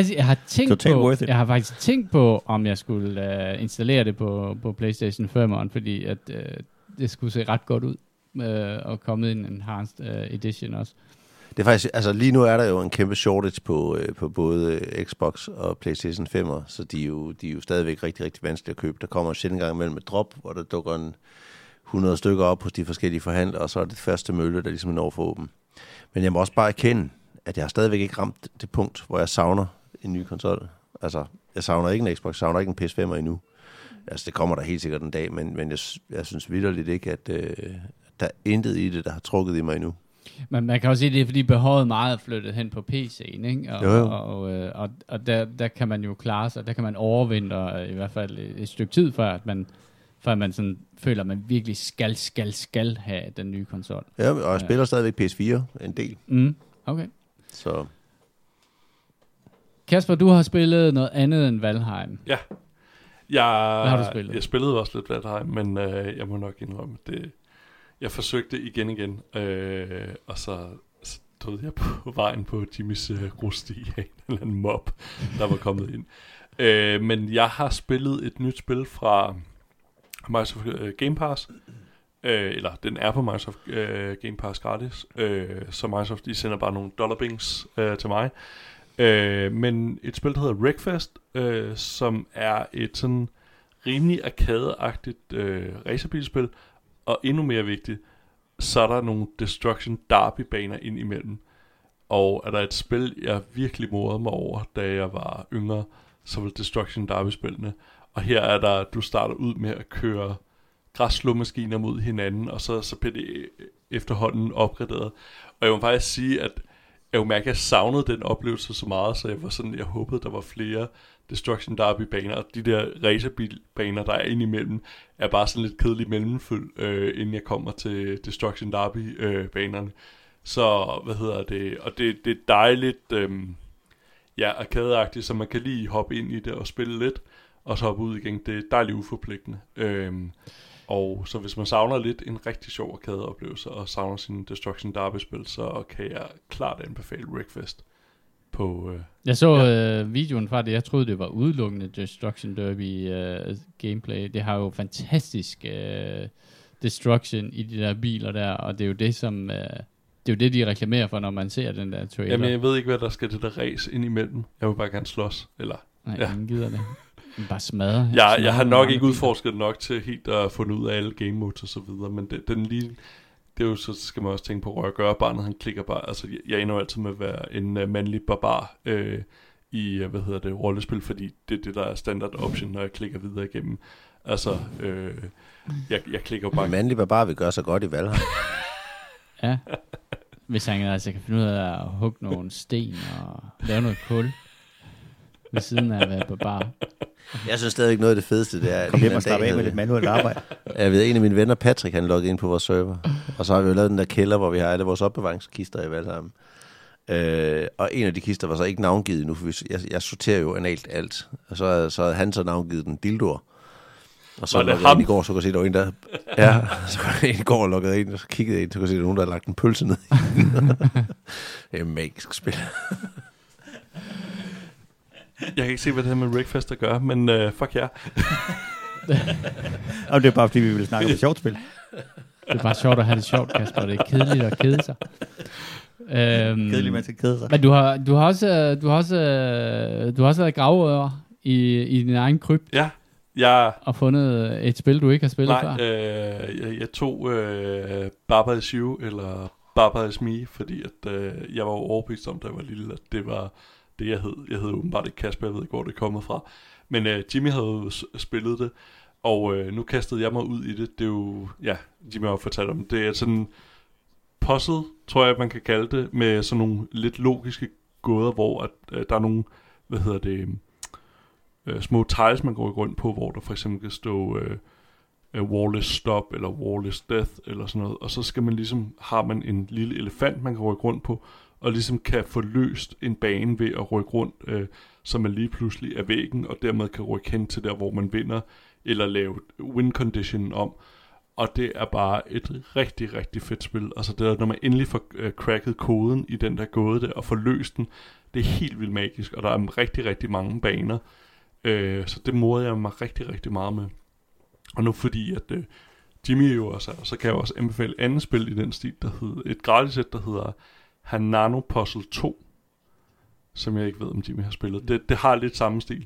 [SPEAKER 1] faktisk tænkt på, om jeg skulle installere det på PlayStation 5'eren, på fordi at det skulle se ret godt ud og komme en enhanced edition også. Det
[SPEAKER 2] er faktisk, altså lige nu er der jo en kæmpe shortage på både Xbox og PlayStation 5'er, så de er jo stadigvæk rigtig, rigtig vanskelige at købe. Der kommer en sjældent gang imellem et drop, hvor der dukker 100 stykker op hos de forskellige forhandlere, og så er det første mølle, der ligesom når for åben. Men jeg må også bare erkende, at jeg har stadigvæk ikke ramt det punkt, hvor jeg savner en ny konsol. Altså, jeg savner ikke en Xbox, jeg savner ikke en PS5'er endnu. Altså, det kommer der helt sikkert en dag, men jeg synes vitterligt ikke, at der er intet i det, der har trukket i mig endnu.
[SPEAKER 1] Men man kan også sige, at det er fordi behovet meget er flyttet hen på PC'en, ikke? Og der kan man jo klare sig, der kan man overvinde i hvert fald et stykke tid, før man sådan føler, at man virkelig skal have den nye konsol.
[SPEAKER 2] Ja, og jeg spiller stadigvæk PS4 en del.
[SPEAKER 1] Okay.
[SPEAKER 2] Så.
[SPEAKER 1] Kasper, du har spillet noget andet end Valheim.
[SPEAKER 4] Ja.
[SPEAKER 1] Hvad har du spillet?
[SPEAKER 4] Jeg spillede også lidt Valheim, men jeg må nok indrømme, det. Jeg forsøgte igen, og så stod jeg på vejen på Jimmys grussti af en eller anden mob, der var kommet ind. Men jeg har spillet et nyt spil fra Microsoft Game Pass, eller den er på Microsoft Game Pass gratis, så Microsoft de sender bare nogle dollarbings til mig. Men et spil, der hedder Wreckfest, som er et sådan rimelig arcade-agtigt racerbilspil, og endnu mere vigtigt, så er der nogle Destruction Derby-baner ind imellem. Og er der et spil, jeg virkelig morede mig over, da jeg var yngre, så var Destruction Derby-spillene. Og her er der, du starter ud med at køre græsslåmaskiner mod hinanden, og så bliver det efterhånden opgraderet. Og jeg må faktisk sige, at jeg mærke, at jeg savnede den oplevelse så meget, så jeg håbede, der var flere Destruction Derby-baner, og de der racerbil-baner, der er indimellem, er bare sådan lidt kedelig mellemfyld, inden jeg kommer til Destruction Derby-banerne. Så, og det er dejligt, arkadeagtigt, så man kan lige hoppe ind i det og spille lidt, og så hoppe ud igen. Det er dejligt uforpligtende. Og så hvis man savner lidt en rigtig sjov arkadeoplevelse, og savner sin Destruction Derby-spil, så kan jeg klart anbefale Wreckfest.
[SPEAKER 1] Jeg så videoen fra det. Jeg troede, det var udelukkende Destruction Derby gameplay. Det har jo fantastisk destruction i de der biler der, og det er jo det, som... det er jo det, de reklamerer for, når man ser den der trailer.
[SPEAKER 4] Jamen, jeg ved ikke, hvad der skal til der race ind imellem. Jeg vil bare gerne slås. Eller,
[SPEAKER 1] nej, ingen gider det. Bare smadre.
[SPEAKER 4] Jeg har nok ikke udforsket nok til helt at finde ud af alle game modes og så videre, men den lige... Det er jo, så skal man også tænke på, at gøre barnet, han klikker bare, altså jeg ender jo altid med at være en mandlig barbar i, rollespil, fordi det er det, der er standard option, når jeg klikker videre igennem. Altså, jeg klikker bare...
[SPEAKER 2] En mandlig barbar vil gøre sig godt i Valheim.
[SPEAKER 1] Ja, hvis han altså kan finde ud af at hugge nogle sten og lave noget kul ved siden af at være barbar.
[SPEAKER 2] Jeg synes stadigvæk noget af det fedeste, det er...
[SPEAKER 3] Kom hjem og slappe af med lidt manuelt arbejde.
[SPEAKER 2] Jeg ved, en af mine venner, Patrick, han logget ind på vores server. Og så har vi jo lavet den der kælder, hvor vi har alle vores opbevaringskister i Valheim. Og en af de kister var så ikke navngivet nu, for jeg sorterer jo analt alt. Og så havde han så navngivet den dildoer. Og så lukkede jeg i går, så kunne jeg se, der var en, der... Ja, så kunne jeg i går og lukkede ind, og så kiggede jeg ind, så kunne jeg se, der var nogen, der havde lagt en pølse ned i den. Det er magisk spil.
[SPEAKER 4] Jeg kan ikke se, hvad det her med Wreckfest at gøre, men fuck jer.
[SPEAKER 3] Og det er bare, fordi vi vil snakke om et sjovt spil.
[SPEAKER 1] Det er bare sjovt at have det sjovt, Kasper. Det er kedeligt at kede sig.
[SPEAKER 3] Kedeligt, man skal kede sig.
[SPEAKER 1] Men du har også været gravrøver i din egen krypt.
[SPEAKER 4] Ja. Jeg
[SPEAKER 1] og fundet et spil, du ikke har spillet før.
[SPEAKER 4] Jeg tog Baba Is You, eller Baba Is Me, fordi at, jeg var overbevist om, da jeg var lille, at det var det, jeg hed. Jeg hed åbenbart ikke Kasper, jeg ved ikke, hvor det er kommet fra. Men Jimmy havde jo spillet det, og nu kastede jeg mig ud i det. Det er jo, ja, Jimmy har jo fortalt om det. Det er sådan puzzle, tror jeg, man kan kalde det, med sådan nogle lidt logiske gåder, hvor at, der er nogle, små tiles, man går rundt på, hvor der for eksempel kan stå Warless Stop, eller Warless Death, eller sådan noget. Og så skal man ligesom, har man en lille elefant, man kan rykke rundt på, og ligesom kan få løst en bane ved at rykke rundt, så man lige pludselig er væggen, og dermed kan rykke hen til der, hvor man vinder, eller lave win condition om. Og det er bare et rigtig, rigtig fedt spil. Altså det er, når man endelig får cracket koden i den der gåde der, og får løst den, det er helt vildt magisk, og der er rigtig, rigtig mange baner. Så det morede jeg mig rigtig, rigtig meget med. Og nu fordi, at Jimmy jo også er, så kan jeg også anbefale et andet spil i den stil, der hedder, et gratis sæt, der hedder Hanano Puzzle 2, som jeg ikke ved, om Jimmy har spillet. Det har lidt samme stil.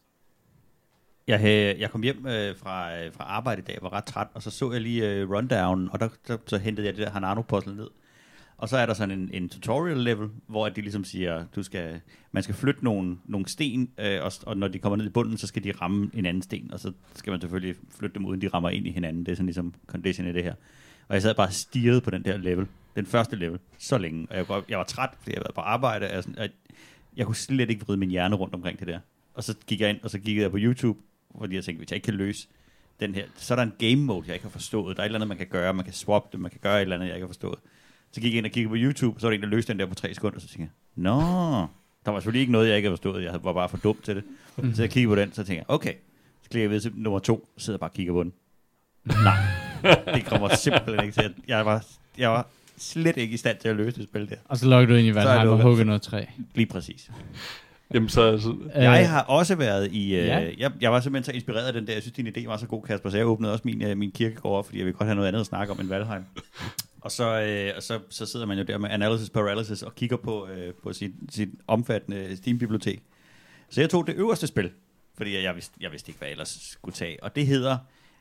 [SPEAKER 3] Jeg kom hjem fra arbejde i dag, var ret træt, og så jeg lige rundown, og der så hentede jeg det der Hanano Puzzle ned. Og så er der sådan en tutorial level, hvor de ligesom siger, man skal flytte nogle sten, og når de kommer ned i bunden, så skal de ramme en anden sten, og så skal man selvfølgelig flytte dem, uden de rammer ind i hinanden. Det er sådan ligesom condition i det her. Og jeg sad bare og stirrede på den der level, den første level, så længe. Og jeg var træt, fordi jeg havde været på arbejde, og jeg kunne slet ikke vride min hjerne rundt omkring det der. Og så gik jeg ind, og så kiggede jeg på YouTube, fordi jeg tænkte, hvis jeg ikke kan løse den her, så er der en game mode, jeg ikke har forstået. Der er et eller andet, man kan gøre, man kan swap det, man kan gøre et eller andet, jeg ikke har forstået. Så gik jeg ind og kiggede på YouTube, og så var det en, der løste den der på 3 sekunder, så tænkte jeg, der var selvfølgelig ikke noget, jeg ikke havde forstået, jeg var bare for dum til det. Så jeg kiggede på den, så tænkte jeg, okay, så klikker jeg ved til nummer 2, sidder bare og kigger på den. Nej, det kommer simpelthen ikke til. Jeg var slet ikke i stand til at løse det spil der.
[SPEAKER 1] Og så logger du ind i Valheim og hugger noget træ.
[SPEAKER 3] Lige præcis.
[SPEAKER 4] Jamen, så
[SPEAKER 3] jeg har også været i... Jeg var simpelthen så inspireret af den der. Jeg synes, din idé var så god, Kasper, så jeg åbnede også min kirkegård, fordi jeg vil godt have noget andet at snakke om end Valheim. Og så sidder man jo der med Analysis Paralysis og kigger på sit omfattende Steam-bibliotek. Så jeg tog det øverste spil, fordi jeg vidste ikke, hvad jeg ellers skulle tage. Og det hedder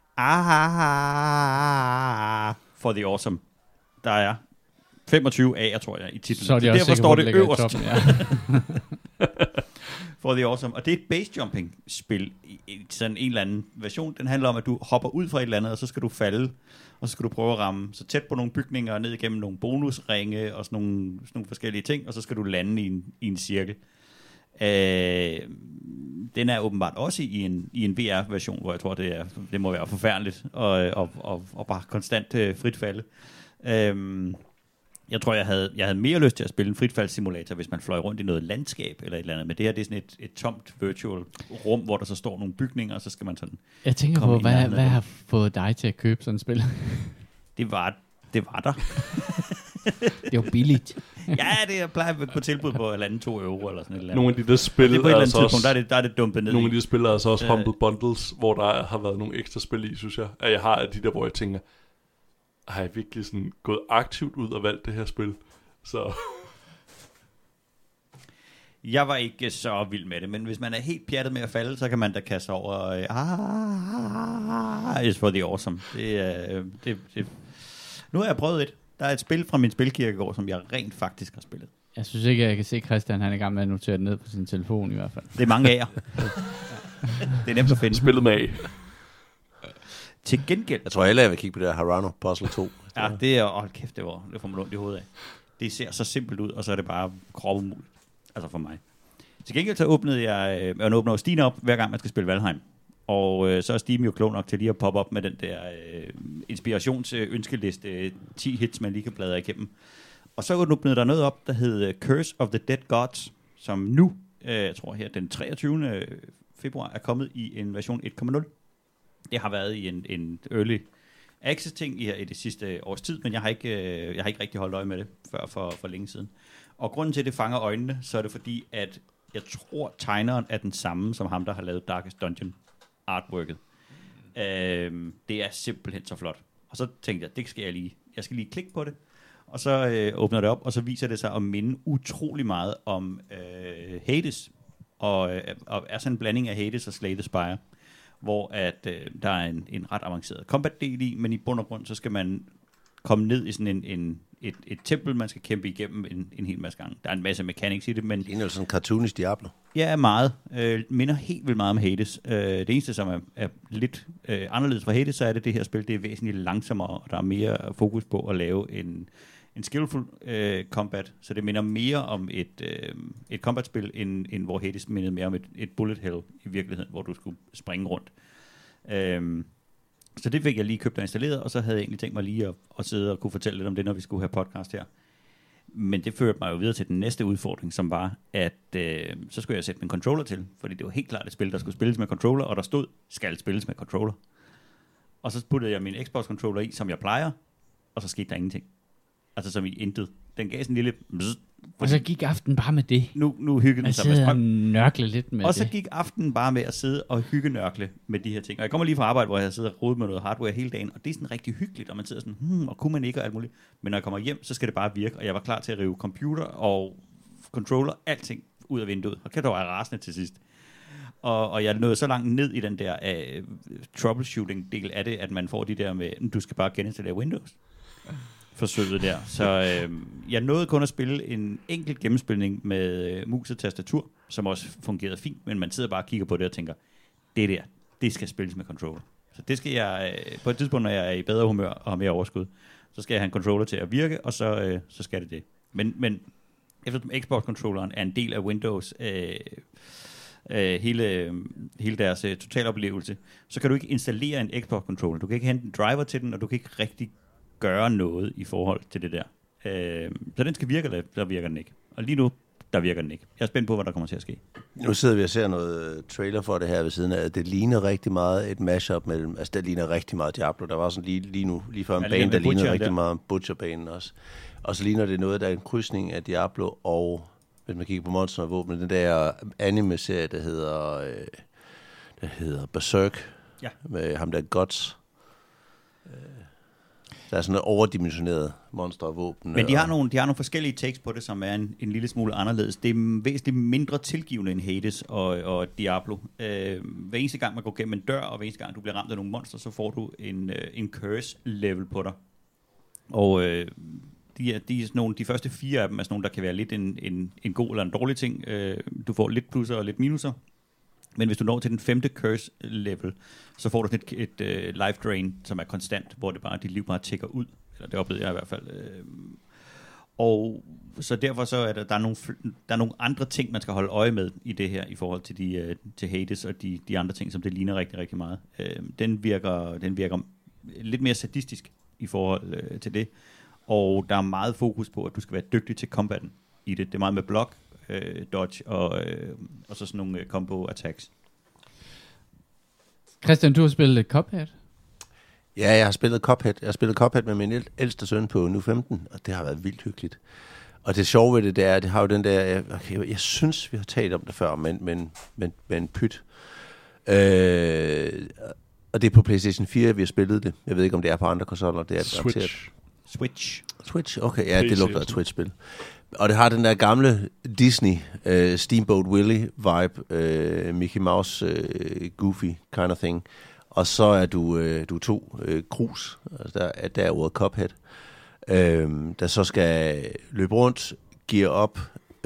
[SPEAKER 3] For the Awesome. Der er 25 A'er, tror jeg, i titlen.
[SPEAKER 1] Så derfor står det øverst. Ja.
[SPEAKER 3] For the Awesome. Og det er et base-jumping-spil i sådan en eller anden version. Den handler om, at du hopper ud fra et eller andet, og så skal du falde, og så skal du prøve at ramme så tæt på nogle bygninger, og ned igennem nogle bonusringe, og sådan nogle forskellige ting, og så skal du lande i en cirkel. Den er åbenbart også i en VR-version, hvor jeg tror, det må være forfærdeligt, og bare konstant frit falde. Jeg tror, jeg havde mere lyst til at spille en fritfaldssimulator, hvis man fløj rundt i noget landskab eller et eller andet. Men det her, det er sådan et tomt virtual rum, hvor der så står nogle bygninger, og så skal man sådan...
[SPEAKER 1] Jeg tænker på, hvad har fået dig til at købe sådan et spil?
[SPEAKER 3] Det var der.
[SPEAKER 1] Det var billigt.
[SPEAKER 3] Ja, det plejer på tilbud på 1,5-2 euro eller sådan et eller andet.
[SPEAKER 4] Nogle af de der spil
[SPEAKER 3] det er på et eller andet
[SPEAKER 4] altså
[SPEAKER 3] tidspunkt, der er det dumpet ned
[SPEAKER 4] nogle af
[SPEAKER 3] i.
[SPEAKER 4] de spil er altså også Humble Bundles, hvor der har været nogle ekstra spil i, synes jeg. At jeg har de der, hvor jeg tænker, har jeg virkelig sådan gået aktivt ud og valgt det her spil? Så... Jeg
[SPEAKER 3] var ikke så vild med det, men hvis man er helt pjattet med at falde, så kan man da kaste over it's for the awesome. Nu har jeg prøvet et. Der er et spil fra min spilkirkegård, som jeg rent faktisk har spillet.
[SPEAKER 1] Jeg synes ikke, jeg kan se Christian, han er i gang med at notere det ned på sin telefon i hvert fald.
[SPEAKER 3] Det er mange af jer. Det er nemt at finde.
[SPEAKER 4] Spillet med af.
[SPEAKER 3] Til gengæld...
[SPEAKER 2] Jeg tror alle, jeg vil kigge på det der Harano Puzzle 2.
[SPEAKER 3] Ja, det er... kæft, det får man ondt i hovedet af. Det ser så simpelt ud, og så er det bare kropumuligt. Altså for mig. Til gengæld så åbnede jeg åbner Steam op, hver gang man skal spille Valheim. Og så er Steam jo klog nok til lige at poppe op med den der inspirationsønskeliste, 10 hits, man lige kan bladre igennem. Og så åbnede der noget op, der hed Curse of the Dead Gods, som nu, jeg tror her, den 23. februar, er kommet i en version 1.0. Det har været i en early access ting i det sidste års tid, men jeg har ikke rigtig holdt øje med det før for længe siden. Og grunden til, at det fanger øjnene, så er det fordi, at jeg tror, tegneren er den samme, som ham, der har lavet Darkest Dungeon artworket. Det er simpelthen så flot. Og så tænkte jeg, jeg skal lige klikke på det. Og så åbner det op, og så viser det sig at minde utrolig meget om Hades. Og er sådan en blanding af Hades og Slay the Spire, hvor at der er en ret avanceret combat-del i, men i bund og grund, så skal man komme ned i sådan et tempel, man skal kæmpe igennem en hel masse gange. Der er en masse mechanics i det, men...
[SPEAKER 2] Det er jo sådan en cartoonisk Diablo.
[SPEAKER 3] Ja, meget. Minder helt vildt meget om Hades. Det eneste, som er lidt anderledes fra Hades, så er det her spil, det er væsentligt langsommere, og der er mere fokus på at lave en skillful combat, så det minder mere om et combat-spil, end hvor Hades mindede mere om et bullet hell i virkeligheden, hvor du skulle springe rundt. Så det fik jeg lige købt og installeret, og så havde jeg egentlig tænkt mig lige at sidde og kunne fortælle lidt om det, når vi skulle have podcast her. Men det førte mig jo videre til den næste udfordring, som var, at så skulle jeg sætte min controller til, fordi det var helt klart et spil, der skulle spilles med controller, og der stod, skal spilles med controller. Og så puttede jeg min Xbox-controller i, som jeg plejer, og så skete der ingenting. Altså som i intet. Den gav sådan en lille...
[SPEAKER 1] Og så gik aftenen bare med det.
[SPEAKER 3] Nu hyggede den sig med strøm.
[SPEAKER 1] Nørkle lidt med
[SPEAKER 3] og
[SPEAKER 1] det.
[SPEAKER 3] så gik aftenen bare med at sidde og hyggenørkle med de her ting. Og jeg kommer lige fra arbejde, hvor jeg sidder og rodet med noget hardware hele dagen, og det er sådan rigtig hyggeligt, og man sidder sådan, og kunne man ikke og alt muligt. Men når jeg kommer hjem, så skal det bare virke, og jeg var klar til at rive computer og controller, alting ud af vinduet. Og kan dog være rasende til sidst. Og jeg nåede så langt ned i den der troubleshooting-del af det, at man får de der med, du skal bare geninstallere Windows. Forsøget der. Så jeg nåede kun at spille en enkelt gennemspilning med mus og tastatur, som også fungerede fint, men man sidder bare og kigger på det og tænker, det skal spilles med controller. Så det skal jeg, på et tidspunkt, når jeg er i bedre humør og har mere overskud, så skal jeg have en controller til at virke, og så skal det. Men eftersom Xbox-controlleren er en del af Windows, hele deres totaloplevelse, så kan du ikke installere en Xbox-controller. Du kan ikke hente en driver til den, og du kan ikke rigtig gøre noget i forhold til det der. Så den skal virke, eller der virker den ikke. Og lige nu, der virker den ikke. Jeg er spændt på, hvad der kommer til at ske.
[SPEAKER 2] Nu sidder vi og ser noget trailer for det her ved siden af. Det ligner rigtig meget et mashup mellem... Altså, det ligner rigtig meget Diablo. Der var sådan lige før en bane, der lignede rigtig meget Butcher-banen også. Og så ligner det noget, der er en krydsning af Diablo og, hvis man kigger på Monster og Våben, den der anime-serie, der hedder Berserk. Ja. Med ham der Guts. Der er sådan noget overdimensioneret monster og våben.
[SPEAKER 3] Men de har nogle forskellige takes på det, som er en lille smule anderledes. Det er væsentligt mindre tilgivende end Hades og Diablo. Hver eneste gang man går gennem en dør, og hver eneste gang du bliver ramt af nogle monster, så får du en curse level på dig. Og de er sådan nogle, de første 4 af dem er sådan nogle, der kan være lidt en god eller en dårlig ting. Du får lidt plusser og lidt minuser. Men hvis du når til den 5. curse level, så får du sådan et life drain, som er konstant, hvor det bare, dit liv bare tækker ud. Eller det oplevede jeg i hvert fald. Og så derfor så er der er nogle andre ting, man skal holde øje med i det her, i forhold til til Hades og de andre ting, som det ligner rigtig, rigtig meget. Den virker lidt mere sadistisk i forhold til det. og der er meget fokus på, at du skal være dygtig til combaten i det. Det er meget med block, dodge og så sådan nogle combo attacks.
[SPEAKER 1] Christian, du har spillet Cuphead?
[SPEAKER 2] Ja, jeg har spillet Cuphead. Jeg har spillet Cuphead med min ældste søn på nu 15, og det har været vildt hyggeligt. Og det sjove ved det, det har jo den der... Jeg synes, vi har talt om det før, men pyt. Og det er på PlayStation 4, vi har spillet det. Jeg ved ikke, om det er på andre konsoller. Det er Switch, okay. Ja, det lugter af Switch-spil. Og det har den der gamle Disney Steamboat Willie-vibe. Mickey Mouse, Goofy kind of thing. Og så er du to krus, altså der er ordet Cuphead, der så skal løbe rundt, gear op,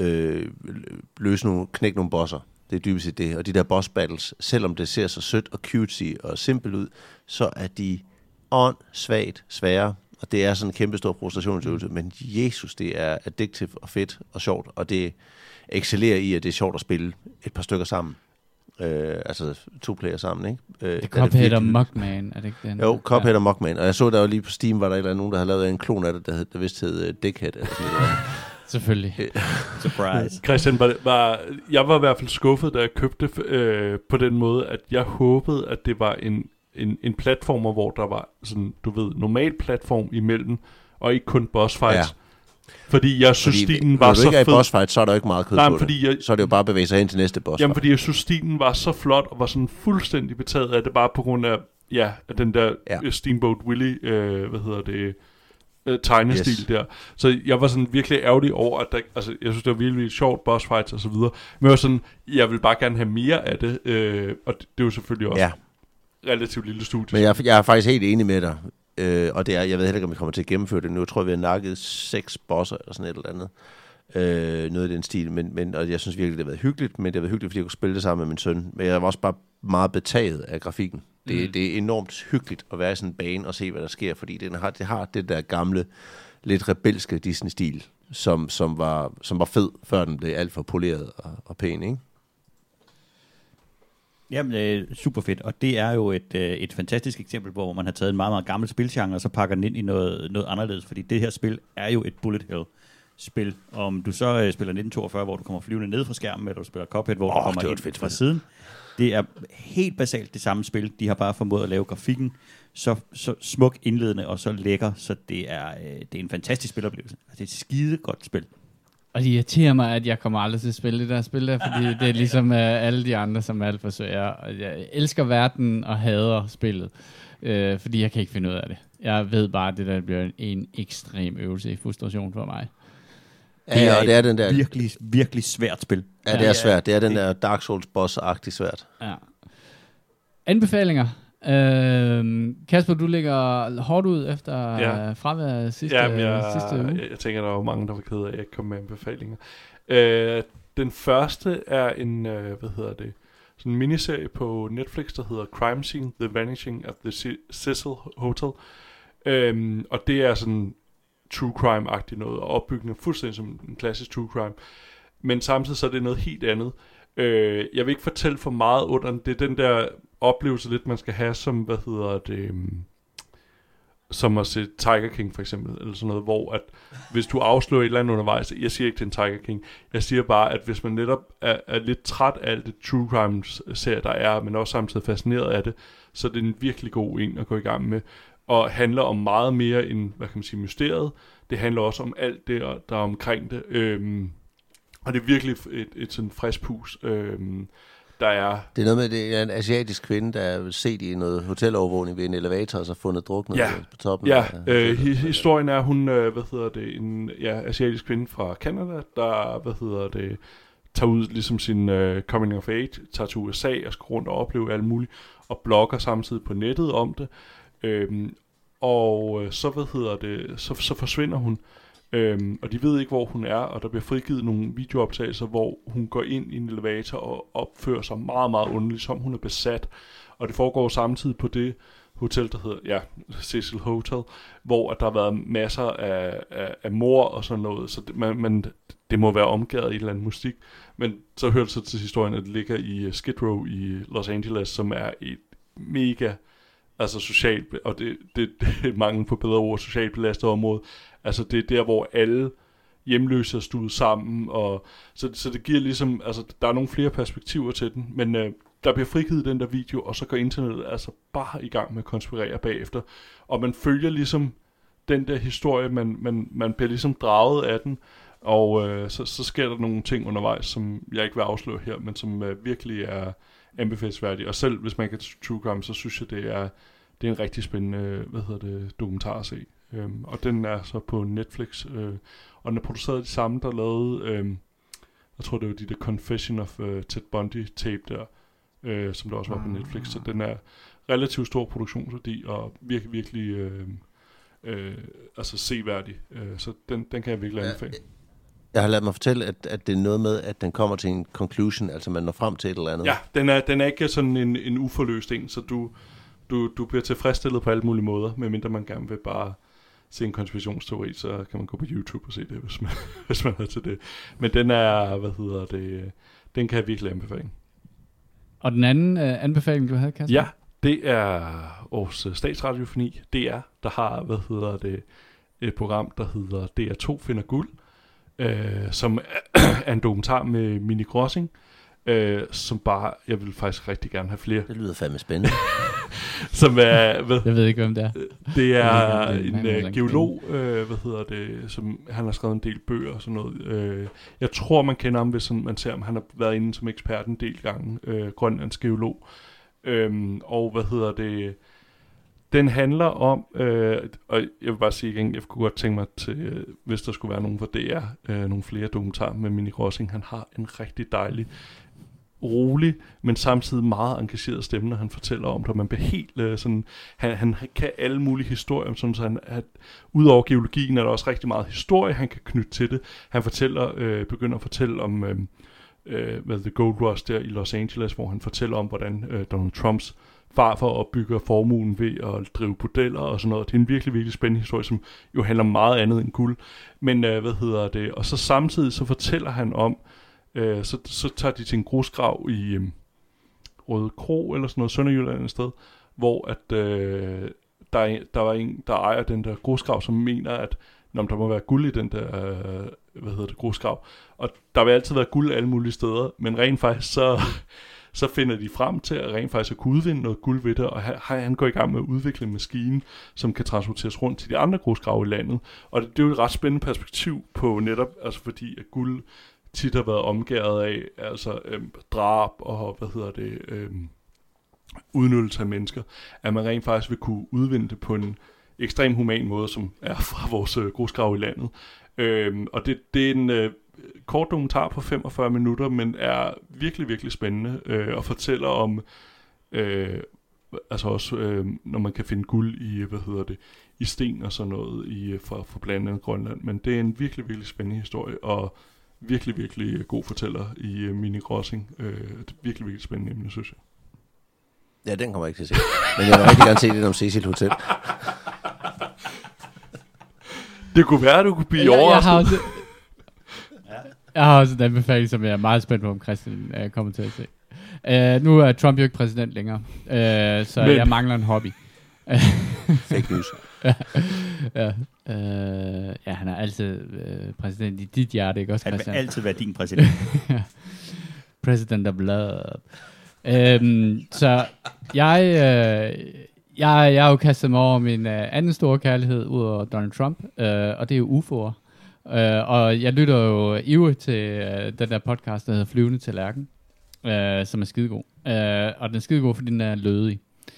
[SPEAKER 2] knække nogle bosser. Det er dybest set det. Og de der boss battles, selvom det ser så sødt og cutesy og simpelt ud, så er de åndssvagt svære. Og det er sådan en kæmpe stor frustrationsøvelse. Men Jesus, det er addictive og fedt og sjovt. Og det excellerer i, at det er sjovt at spille et par stykker sammen. Altså 2 player sammen, ikke?
[SPEAKER 1] Det er Cuphead og Mugman, er det ikke den?
[SPEAKER 2] Jo, Cuphead og Mugman. Og jeg så der jo lige på Steam, var der eller nogen, der havde lavet en klon af det, der vist hed Dickhead. Eller sådan noget.
[SPEAKER 1] Selvfølgelig.
[SPEAKER 3] Surprise.
[SPEAKER 4] Christian, jeg var i hvert fald skuffet, da jeg købte på den måde, at jeg håbede, at det var en platformer, hvor der var sådan, du ved, normal platform imellem, og ikke kun boss fights. Ja. Fordi jeg synes, stilen var så fed. Når du ikke er i boss fight, så er der jo ikke meget kød på det. Så er det jo bare at bevæge sig hen til næste boss fight. Jamen, fordi jeg synes, stilen var så flot, og var sådan fuldstændig betaget af det, bare på grund af, af den der Steamboat Willie, tegnestil der. Så jeg var sådan virkelig ærgerlig over, at jeg synes, det var virkelig sjovt, boss fights og så videre. Men jeg var sådan, jeg vil bare gerne have mere af det, og det er jo selvfølgelig også relativt lille studie.
[SPEAKER 2] Men jeg er faktisk helt enig med dig. Og det er, jeg ved heller ikke, om vi kommer til at gennemføre det nu. Jeg tror, vi har nakket 6 bosser eller sådan et eller andet. Noget i den stil. Men, og jeg synes virkelig, det har været hyggeligt. Men det har været hyggeligt, fordi jeg kunne spille det sammen med min søn. Men jeg var også bare meget betaget af grafikken. Det er enormt hyggeligt at være i sådan en bane og se, hvad der sker. Fordi det har det der gamle, lidt rebelske Disney-stil, som var fed, før den blev alt for poleret og pæn, ikke?
[SPEAKER 3] Jamen, super fedt, og det er jo et fantastisk eksempel, hvor man har taget en meget, meget gammel spilgenre, og så pakker den ind i noget anderledes, fordi det her spil er jo et bullet hell-spil. Om du så spiller 1942, hvor du kommer flyvende ned fra skærmen, eller du spiller Cuphead, hvor du kommer ind fra siden. Det er helt basalt det samme spil. De har bare formået at lave grafikken så smuk indledende og så lækker, så det er en fantastisk spiloplevelse. Det er et skide godt spil.
[SPEAKER 1] Og det irriterer mig, at jeg kommer aldrig til at spille det der spil der, fordi det er ligesom alle de andre, som er alt for svære. Og jeg elsker verden og hader spillet, fordi jeg kan ikke finde ud af det. Jeg ved bare, at det der bliver en ekstrem øvelse i frustration for mig.
[SPEAKER 2] Det er den der
[SPEAKER 3] virkelig, virkelig svært spil.
[SPEAKER 2] Ja, det er svært. Det er den der Dark Souls boss-agtigt svært.
[SPEAKER 1] Ja. Anbefalinger. Kasper, du ligger hårdt ud efter fraværet sidste uge.
[SPEAKER 4] Jeg tænker, der var mange, der var ked af, at jeg ikke kom med anbefalinger. Den første er en, sådan en miniserie på Netflix, der hedder Crime Scene, The Vanishing of the Cecil Hotel. Og det er sådan true crime-agtigt noget, og opbygning fuldstændig som en klassisk true crime. Men samtidig så er det noget helt andet. Jeg vil ikke fortælle for meget under den. Det er den der oplevelse lidt, man skal have som, som at se Tiger King for eksempel, eller sådan noget, hvor at hvis du afslører et eller andet undervejs, jeg siger ikke, det er en Tiger King, jeg siger bare, at hvis man netop er lidt træt af alt det true crime-serie, der er, men også samtidig fascineret af det, så er det en virkelig god en at gå i gang med, og handler om meget mere end, mysteriet. Det handler også om alt det, der er omkring det, og det er virkelig et sådan frisk pus, der er... Det
[SPEAKER 2] er noget med, det er en asiatisk kvinde, der er set i noget hotelovervågning ved en elevator, og så fundet druknet på toppen.
[SPEAKER 4] Ja, historien er, hun, en asiatisk kvinde fra Canada, der, tager ud ligesom sin coming of age, tager til USA og skal rundt og opleve alt muligt, og blogger samtidig på nettet om det. Og så forsvinder hun. Og de ved ikke, hvor hun er, og der bliver frigivet nogle videooptagelser, hvor hun går ind i en elevator og opfører sig meget, meget underligt, som hun er besat. Og det foregår samtidig på det hotel, der hedder Cecil Hotel, hvor der har været masser af mord og sådan noget, så det må være omgået i et eller andet musik. Men så hørte det til historien, at det ligger i Skid Row i Los Angeles, som er et mega altså socialt, og det er mangel på bedre ord, socialt belastet område. Altså det er der, hvor alle hjemløse er stuet sammen, og så det giver ligesom, altså der er nogle flere perspektiver til den, men der bliver frigivet den der video, og så går internettet altså bare i gang med at konspirere bagefter, og man følger ligesom den der historie, man bliver ligesom draget af den, og så sker der nogle ting undervejs, som jeg ikke vil afsløre her, men som virkelig er anbefalesværdige, og selv hvis man kan true crime, så synes jeg, det er en rigtig spændende, dokumentar at se. Og den er så på Netflix, og den er produceret af de samme, der lavede, jeg tror det var de der Confession of Ted Bundy tape der, som der også var på Netflix, så den er relativt stor produktionsværdi, og virkelig altså seværdig, så den kan jeg virkelig anbefale.
[SPEAKER 2] Jeg har ladet mig fortælle, at det er noget med, at den kommer til en conclusion, altså man når frem til et eller andet.
[SPEAKER 4] Ja, den er ikke sådan en uforløst en, så du bliver tilfredsstillet på alle mulige måder, medmindre man gerne vil bare se en konspirationsteori, så kan man gå på YouTube og se det, hvis man har til det. Men den er, den kan jeg virkelig anbefale.
[SPEAKER 1] Og den anden anbefaling, du havde, Kasper?
[SPEAKER 4] Ja, det er vores statsradiofoni, DR, der har, et program, der hedder DR2 finder guld, som er en dokumentar med Mini Grossing, som bare, jeg vil faktisk rigtig gerne have flere.
[SPEAKER 2] Det lyder fandme spændende.
[SPEAKER 4] Som er,
[SPEAKER 1] jeg ved ikke, hvem det er.
[SPEAKER 4] Det er en geolog, som han har skrevet en del bøger og sådan noget. Jeg tror, man kender ham, hvis man ser ham. Han har været inde som ekspert en del gange, grønlands geolog. Og den handler om, og jeg vil bare sige igen, jeg kunne godt tænke mig til, hvis der skulle være nogen for DR, nogle flere dokumentarer med Mini Grossing. Han har en rigtig dejlig, rolig, men samtidig meget engageret stemme, når han fortæller om det, og man bliver helt sådan, han kan alle mulige historier, sådan så udover geologien er der også rigtig meget historie, han kan knytte til det. Han begynder at fortælle om The Gold Rush der i Los Angeles, hvor han fortæller om, hvordan Donald Trumps farfar opbygger formuen ved at drive bordeller og sådan noget. Det er en virkelig, virkelig spændende historie, som jo handler om meget andet end guld. Men og så samtidig så fortæller han om, så tager de til en grusgrav i Røde Kro eller sådan noget, Sønderjylland et sted, hvor at der var en, der ejer den der grusgrav, som mener, at der må være guld i den der, grusgrav. Og der vil altid være guld alle mulige steder, men rent faktisk så finder de frem til at rent faktisk at kunne udvinde noget guld ved det, og han går i gang med at udvikle en maskine, som kan transporteres rundt til de andre grusgrave i landet. Og det er jo et ret spændende perspektiv på netop, altså fordi at guld tit har været omgæret af altså drab og udnyttelse af mennesker, at man rent faktisk vil kunne udvinde det på en ekstrem human måde, som er fra vores grusgrave i landet. Og det er en kort dokumentar på 45 minutter, men er virkelig, virkelig spændende og fortæller om altså også når man kan finde guld i i sten og sådan noget fra blandt andet Grønland. Men det er en virkelig, virkelig spændende historie og virkelig, virkelig god fortæller i Mini Grossing. Et virkelig, virkelig spændende emne, synes jeg.
[SPEAKER 2] Ja, den kommer jeg ikke til at se. Men jeg vil rigtig gerne se det om Cecil Hotel.
[SPEAKER 4] Det kunne være, du kunne blive overrasket.
[SPEAKER 1] Jeg har også en anbefaling, som jeg er meget spændt på, om Christian kommer til at se. Nu er Trump jo ikke præsident længere, så jeg mangler en hobby.
[SPEAKER 2] Fake news.
[SPEAKER 1] Ja, han er altid præsident i dit hjerte, ikke også, Christian?
[SPEAKER 3] Han vil altid være din præsident.
[SPEAKER 1] President of love. Så jeg har jo kastet mig over min anden store kærlighed ud over Donald Trump, og det er jo UFO'er. Og jeg lytter jo ivrigt til den der podcast, der hedder Flyvende Tallerken, som er skidegod. Og den er skidegod, fordi den er lødig.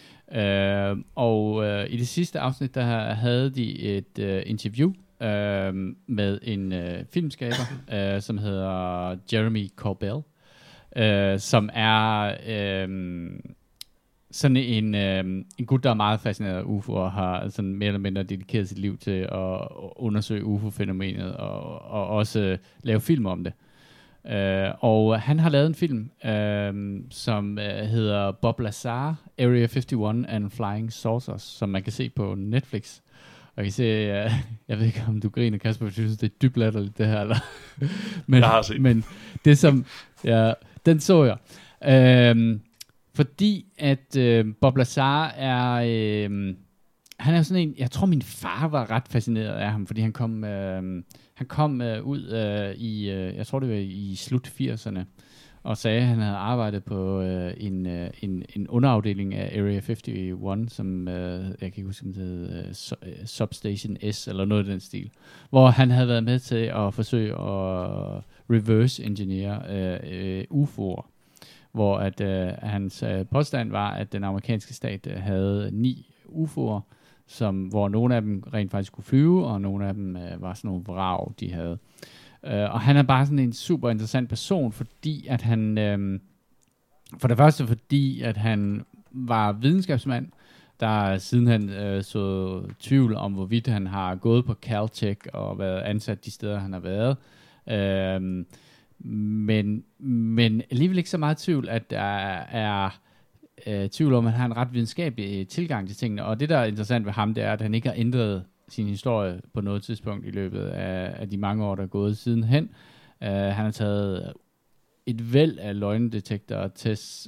[SPEAKER 1] Og i det sidste afsnit, der havde de et interview med en filmskaber, som hedder Jeremy Corbell, som er sådan en gut, der er meget fascineret af UFO og har sådan mere eller mindre dedikeret sit liv til at undersøge UFO-fænomenet og også lave film om det. Og han har lavet en film, som hedder Bob Lazar, Area 51 and Flying Saucers, som man kan se på Netflix. Og jeg kan se, jeg ved ikke om du griner, Kasper, jeg synes, det er dybt latterligt det her, eller?
[SPEAKER 4] Men, jeg har set.
[SPEAKER 1] Men det som, ja, den så jeg. Fordi at Bob Lazar er... han er sådan en... Jeg tror, min far var ret fascineret af ham, fordi han kom ud i... jeg tror, det var i slut 80'erne, og sagde, at han havde arbejdet på en underafdeling af Area 51, som jeg kan ikke huske, om det hed Substation S, eller noget af den stil, hvor han havde været med til at forsøge at reverse engineer UFO'er, hvor at hans påstand var, at den amerikanske stat havde 9 UFO'er, hvor nogle af dem rent faktisk kunne flyve, og nogle af dem var sådan nogle vrag, de havde. Og han er bare sådan en super interessant person, fordi at han, for det første fordi, at han var videnskabsmand, der siden han så tvivl om, hvorvidt han har gået på Caltech og været ansat de steder, han har været. Men alligevel ikke så meget tvivl, at der er tvivl om, at han har en ret videnskabelig tilgang til tingene. Og det, der er interessant ved ham, det er, at han ikke har ændret sin historie på noget tidspunkt i løbet af de mange år, der er gået sidenhen. Han har taget et væld af løgndetektor-tests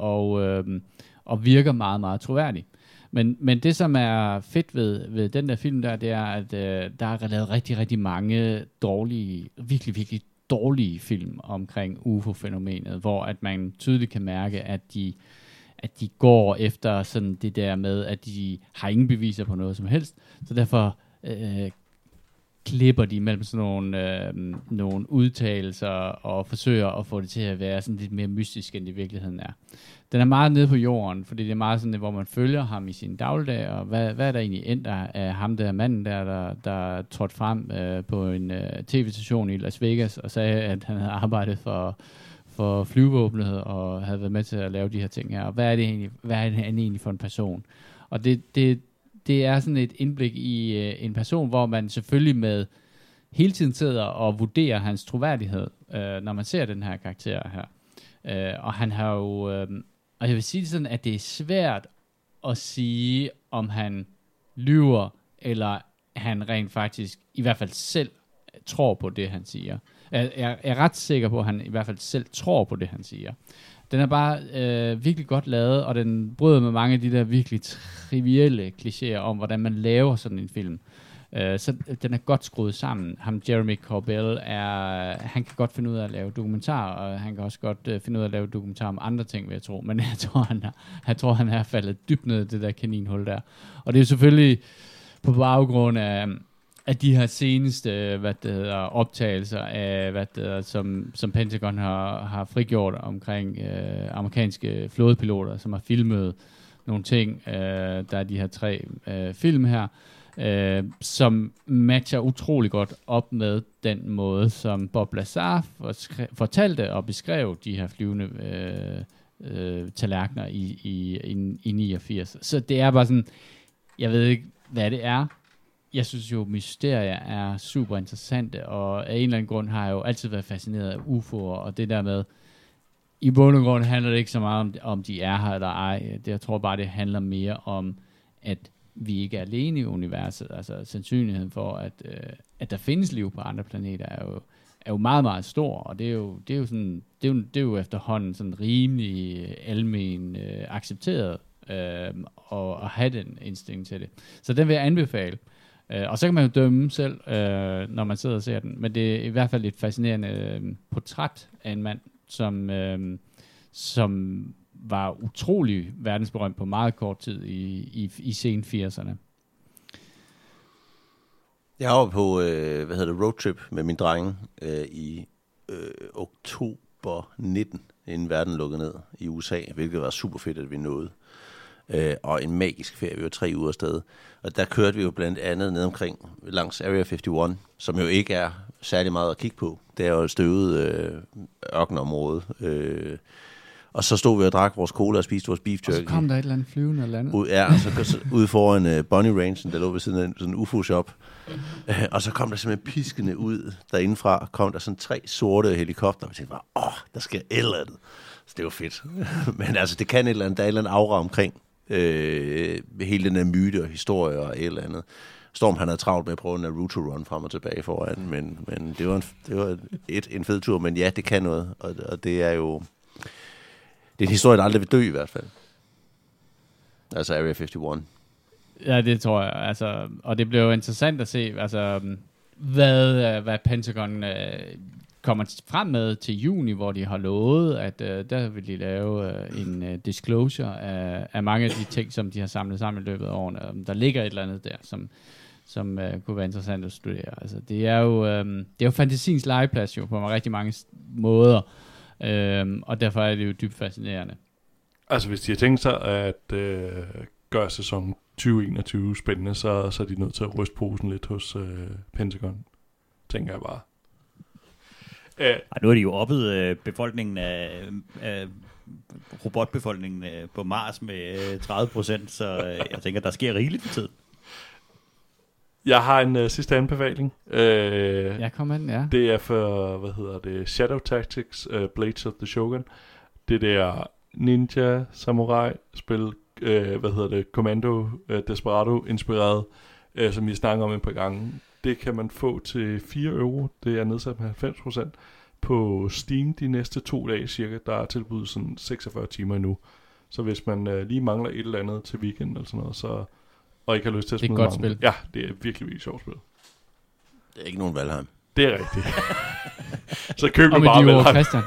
[SPEAKER 1] og virker meget, meget troværdig. Men det, som er fedt ved den der film der, det er, at der er lavet rigtig, rigtig mange dårlige, virkelig, virkelig dårlige film omkring UFO-fænomenet, hvor at man tydeligt kan mærke, at de går efter sådan det der med, at de har ingen beviser på noget som helst, så derfor klipper de mellem sådan nogle udtalelser og forsøger at få det til at være sådan lidt mere mystisk, end det i virkeligheden er. Den er meget nede på jorden, fordi det er meget sådan, hvor man følger ham i sin dagligdag, og hvad er der egentlig endt af ham der manden der trådte frem på en tv-station i Las Vegas og sagde, at han havde arbejdet for flyvevåbnet og havde været med til at lave de her ting her. Og hvad er det egentlig for en person? Og det er sådan et indblik i en person, hvor man selvfølgelig hele tiden sidder og vurderer hans troværdighed, når man ser den her karakter her. Og han har jo... og jeg vil sige det sådan, at det er svært at sige, om han lyver, eller han rent faktisk i hvert fald selv tror på det, han siger. Jeg er ret sikker på, at han i hvert fald selv tror på det, han siger. Den er bare virkelig godt lavet, og den bryder med mange af de der virkelig trivielle klichéer om, hvordan man laver sådan en film. Så den er godt skruet sammen. Ham Jeremy Corbell han kan godt finde ud af at lave dokumentar, og han kan også godt finde ud af at lave dokumentar om andre ting, vil jeg tro. Men jeg tror, han er faldet dybt ned i det der kaninhul der. Og det er jo selvfølgelig på baggrund af de her seneste optagelser af som Pentagon har frigjort omkring amerikanske flådepiloter, som har filmet nogle ting. Der er de her 3 film her, som matcher utrolig godt op med den måde, som Bob Lazar fortalte og beskrev de her flyvende tallerkener i 89. Så det er bare sådan, jeg ved ikke, hvad det er. Jeg synes jo, mysterier er super interessante, og af en eller anden grund har jeg jo altid været fascineret af UFO'er, og det der med, i bund og grund handler det ikke så meget om de er her eller ej. Jeg tror bare, det handler mere om, at vi ikke er alene i universet. Altså sandsynligheden for, at der findes liv på andre planeter, er jo meget, meget stor, og det er jo efterhånden sådan rimelig almen accepteret at have den instinkt til det. Så den vil jeg anbefale. Og så kan man jo dømme selv, når man sidder og ser den. Men det er i hvert fald et fascinerende portræt af en mand, som var utrolig verdensberømt på meget kort tid i sen 80'erne.
[SPEAKER 2] Jeg var på roadtrip med min drenge i oktober 19, inden verden lukkede ned i USA, hvilket var super fedt, at vi nåede. Og en magisk ferie. Vi var 3 uger afsted. Og der kørte vi jo blandt andet ned omkring langs Area 51, som jo ikke er særlig meget at kigge på. Det er jo et støvet ørkenområde. Og så stod vi og drak vores cola og spiste vores beef jerky.
[SPEAKER 1] Og så kom der et eller andet flyvende eller andet.
[SPEAKER 2] Så ude foran Bonnie Ranchen, der lå ved siden af sådan en UFO-shop. Og så kom der simpelthen piskende ud derindefra, kom der sådan 3 sorte helikopter, og vi tænkte bare, der sker et eller andet. Så det var fedt. Men altså, det kan et eller andet, der er et eller andet aura omkring hele den her myte og historie og et eller andet. Storm, han havde travlt med at prøve en Naruto-run frem og tilbage foran, men det var en fed tur, men ja, det kan noget, og det er jo... Det er en historie, der aldrig vil dø i hvert fald. Altså Area 51.
[SPEAKER 1] Ja, det tror jeg. Altså, og det bliver jo interessant at se, altså, hvad Pentagon kommer frem med til juni, hvor de har lovet, at der vil de lave en disclosure af mange af de ting, som de har samlet sammen i løbet af årene. Der ligger et eller andet der, som kunne være interessant at studere. Altså, det er jo fantasiens legeplads jo, på rigtig mange måder, og derfor er det jo dybt fascinerende.
[SPEAKER 4] Altså, hvis de har tænkt sig at gøre sæson 2021 spændende, så er de nødt til at ryste posen lidt hos Pentagon, tænker jeg bare.
[SPEAKER 3] Nu har de jo oppet befolkningen af robotbefolkningen på Mars med 30%, så jeg tænker, der sker rigeligt for tiden.
[SPEAKER 4] Jeg har en sidste anbefaling.
[SPEAKER 1] Ja, kom med den, ja.
[SPEAKER 4] Det er for, Shadow Tactics, Blades of the Shogun. Det der ninja, samurai spil, Commando, Desperado inspireret, som vi snakker om et par gange. Det kan man få til 4 euro. Det er nedsat med 90% på Steam de næste 2 dage cirka. Der er tilbudt sådan 46 timer endnu. Så hvis man lige mangler et eller andet til weekend eller sådan noget, og ikke har lyst til at smide
[SPEAKER 1] det er et godt spil.
[SPEAKER 4] Ja, det er virkelig, virkelig sjovt spil.
[SPEAKER 2] Det er ikke nogen Valheim.
[SPEAKER 4] Det er rigtigt. Så køb du bare Valheim.
[SPEAKER 1] Christian.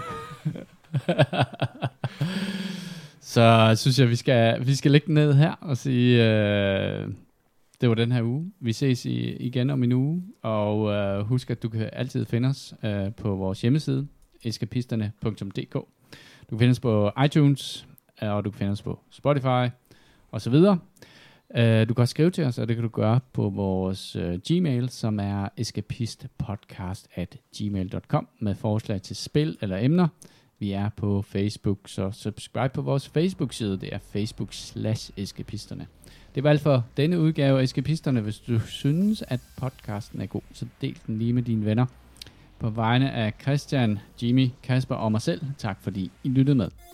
[SPEAKER 1] Så synes jeg, vi skal lægge den ned her og sige, det var den her uge. Vi ses igen om en uge, og husk, at du kan altid finde os på vores hjemmeside, eskapisterne.dk. Du kan finde os på iTunes, og du kan finde os på Spotify, og så videre. Du kan også skrive til os, og det kan du gøre på vores Gmail, som er escapistpodcast@gmail.com med forslag til spil eller emner. Vi er på Facebook, så subscribe på vores Facebook-side. Det er Facebook/Eskapisterne. Det var alt for denne udgave af Eskapisterne. Hvis du synes, at podcasten er god, så del den lige med dine venner. På vegne af Christian, Jimmy, Kasper og mig selv, tak fordi I lyttede med.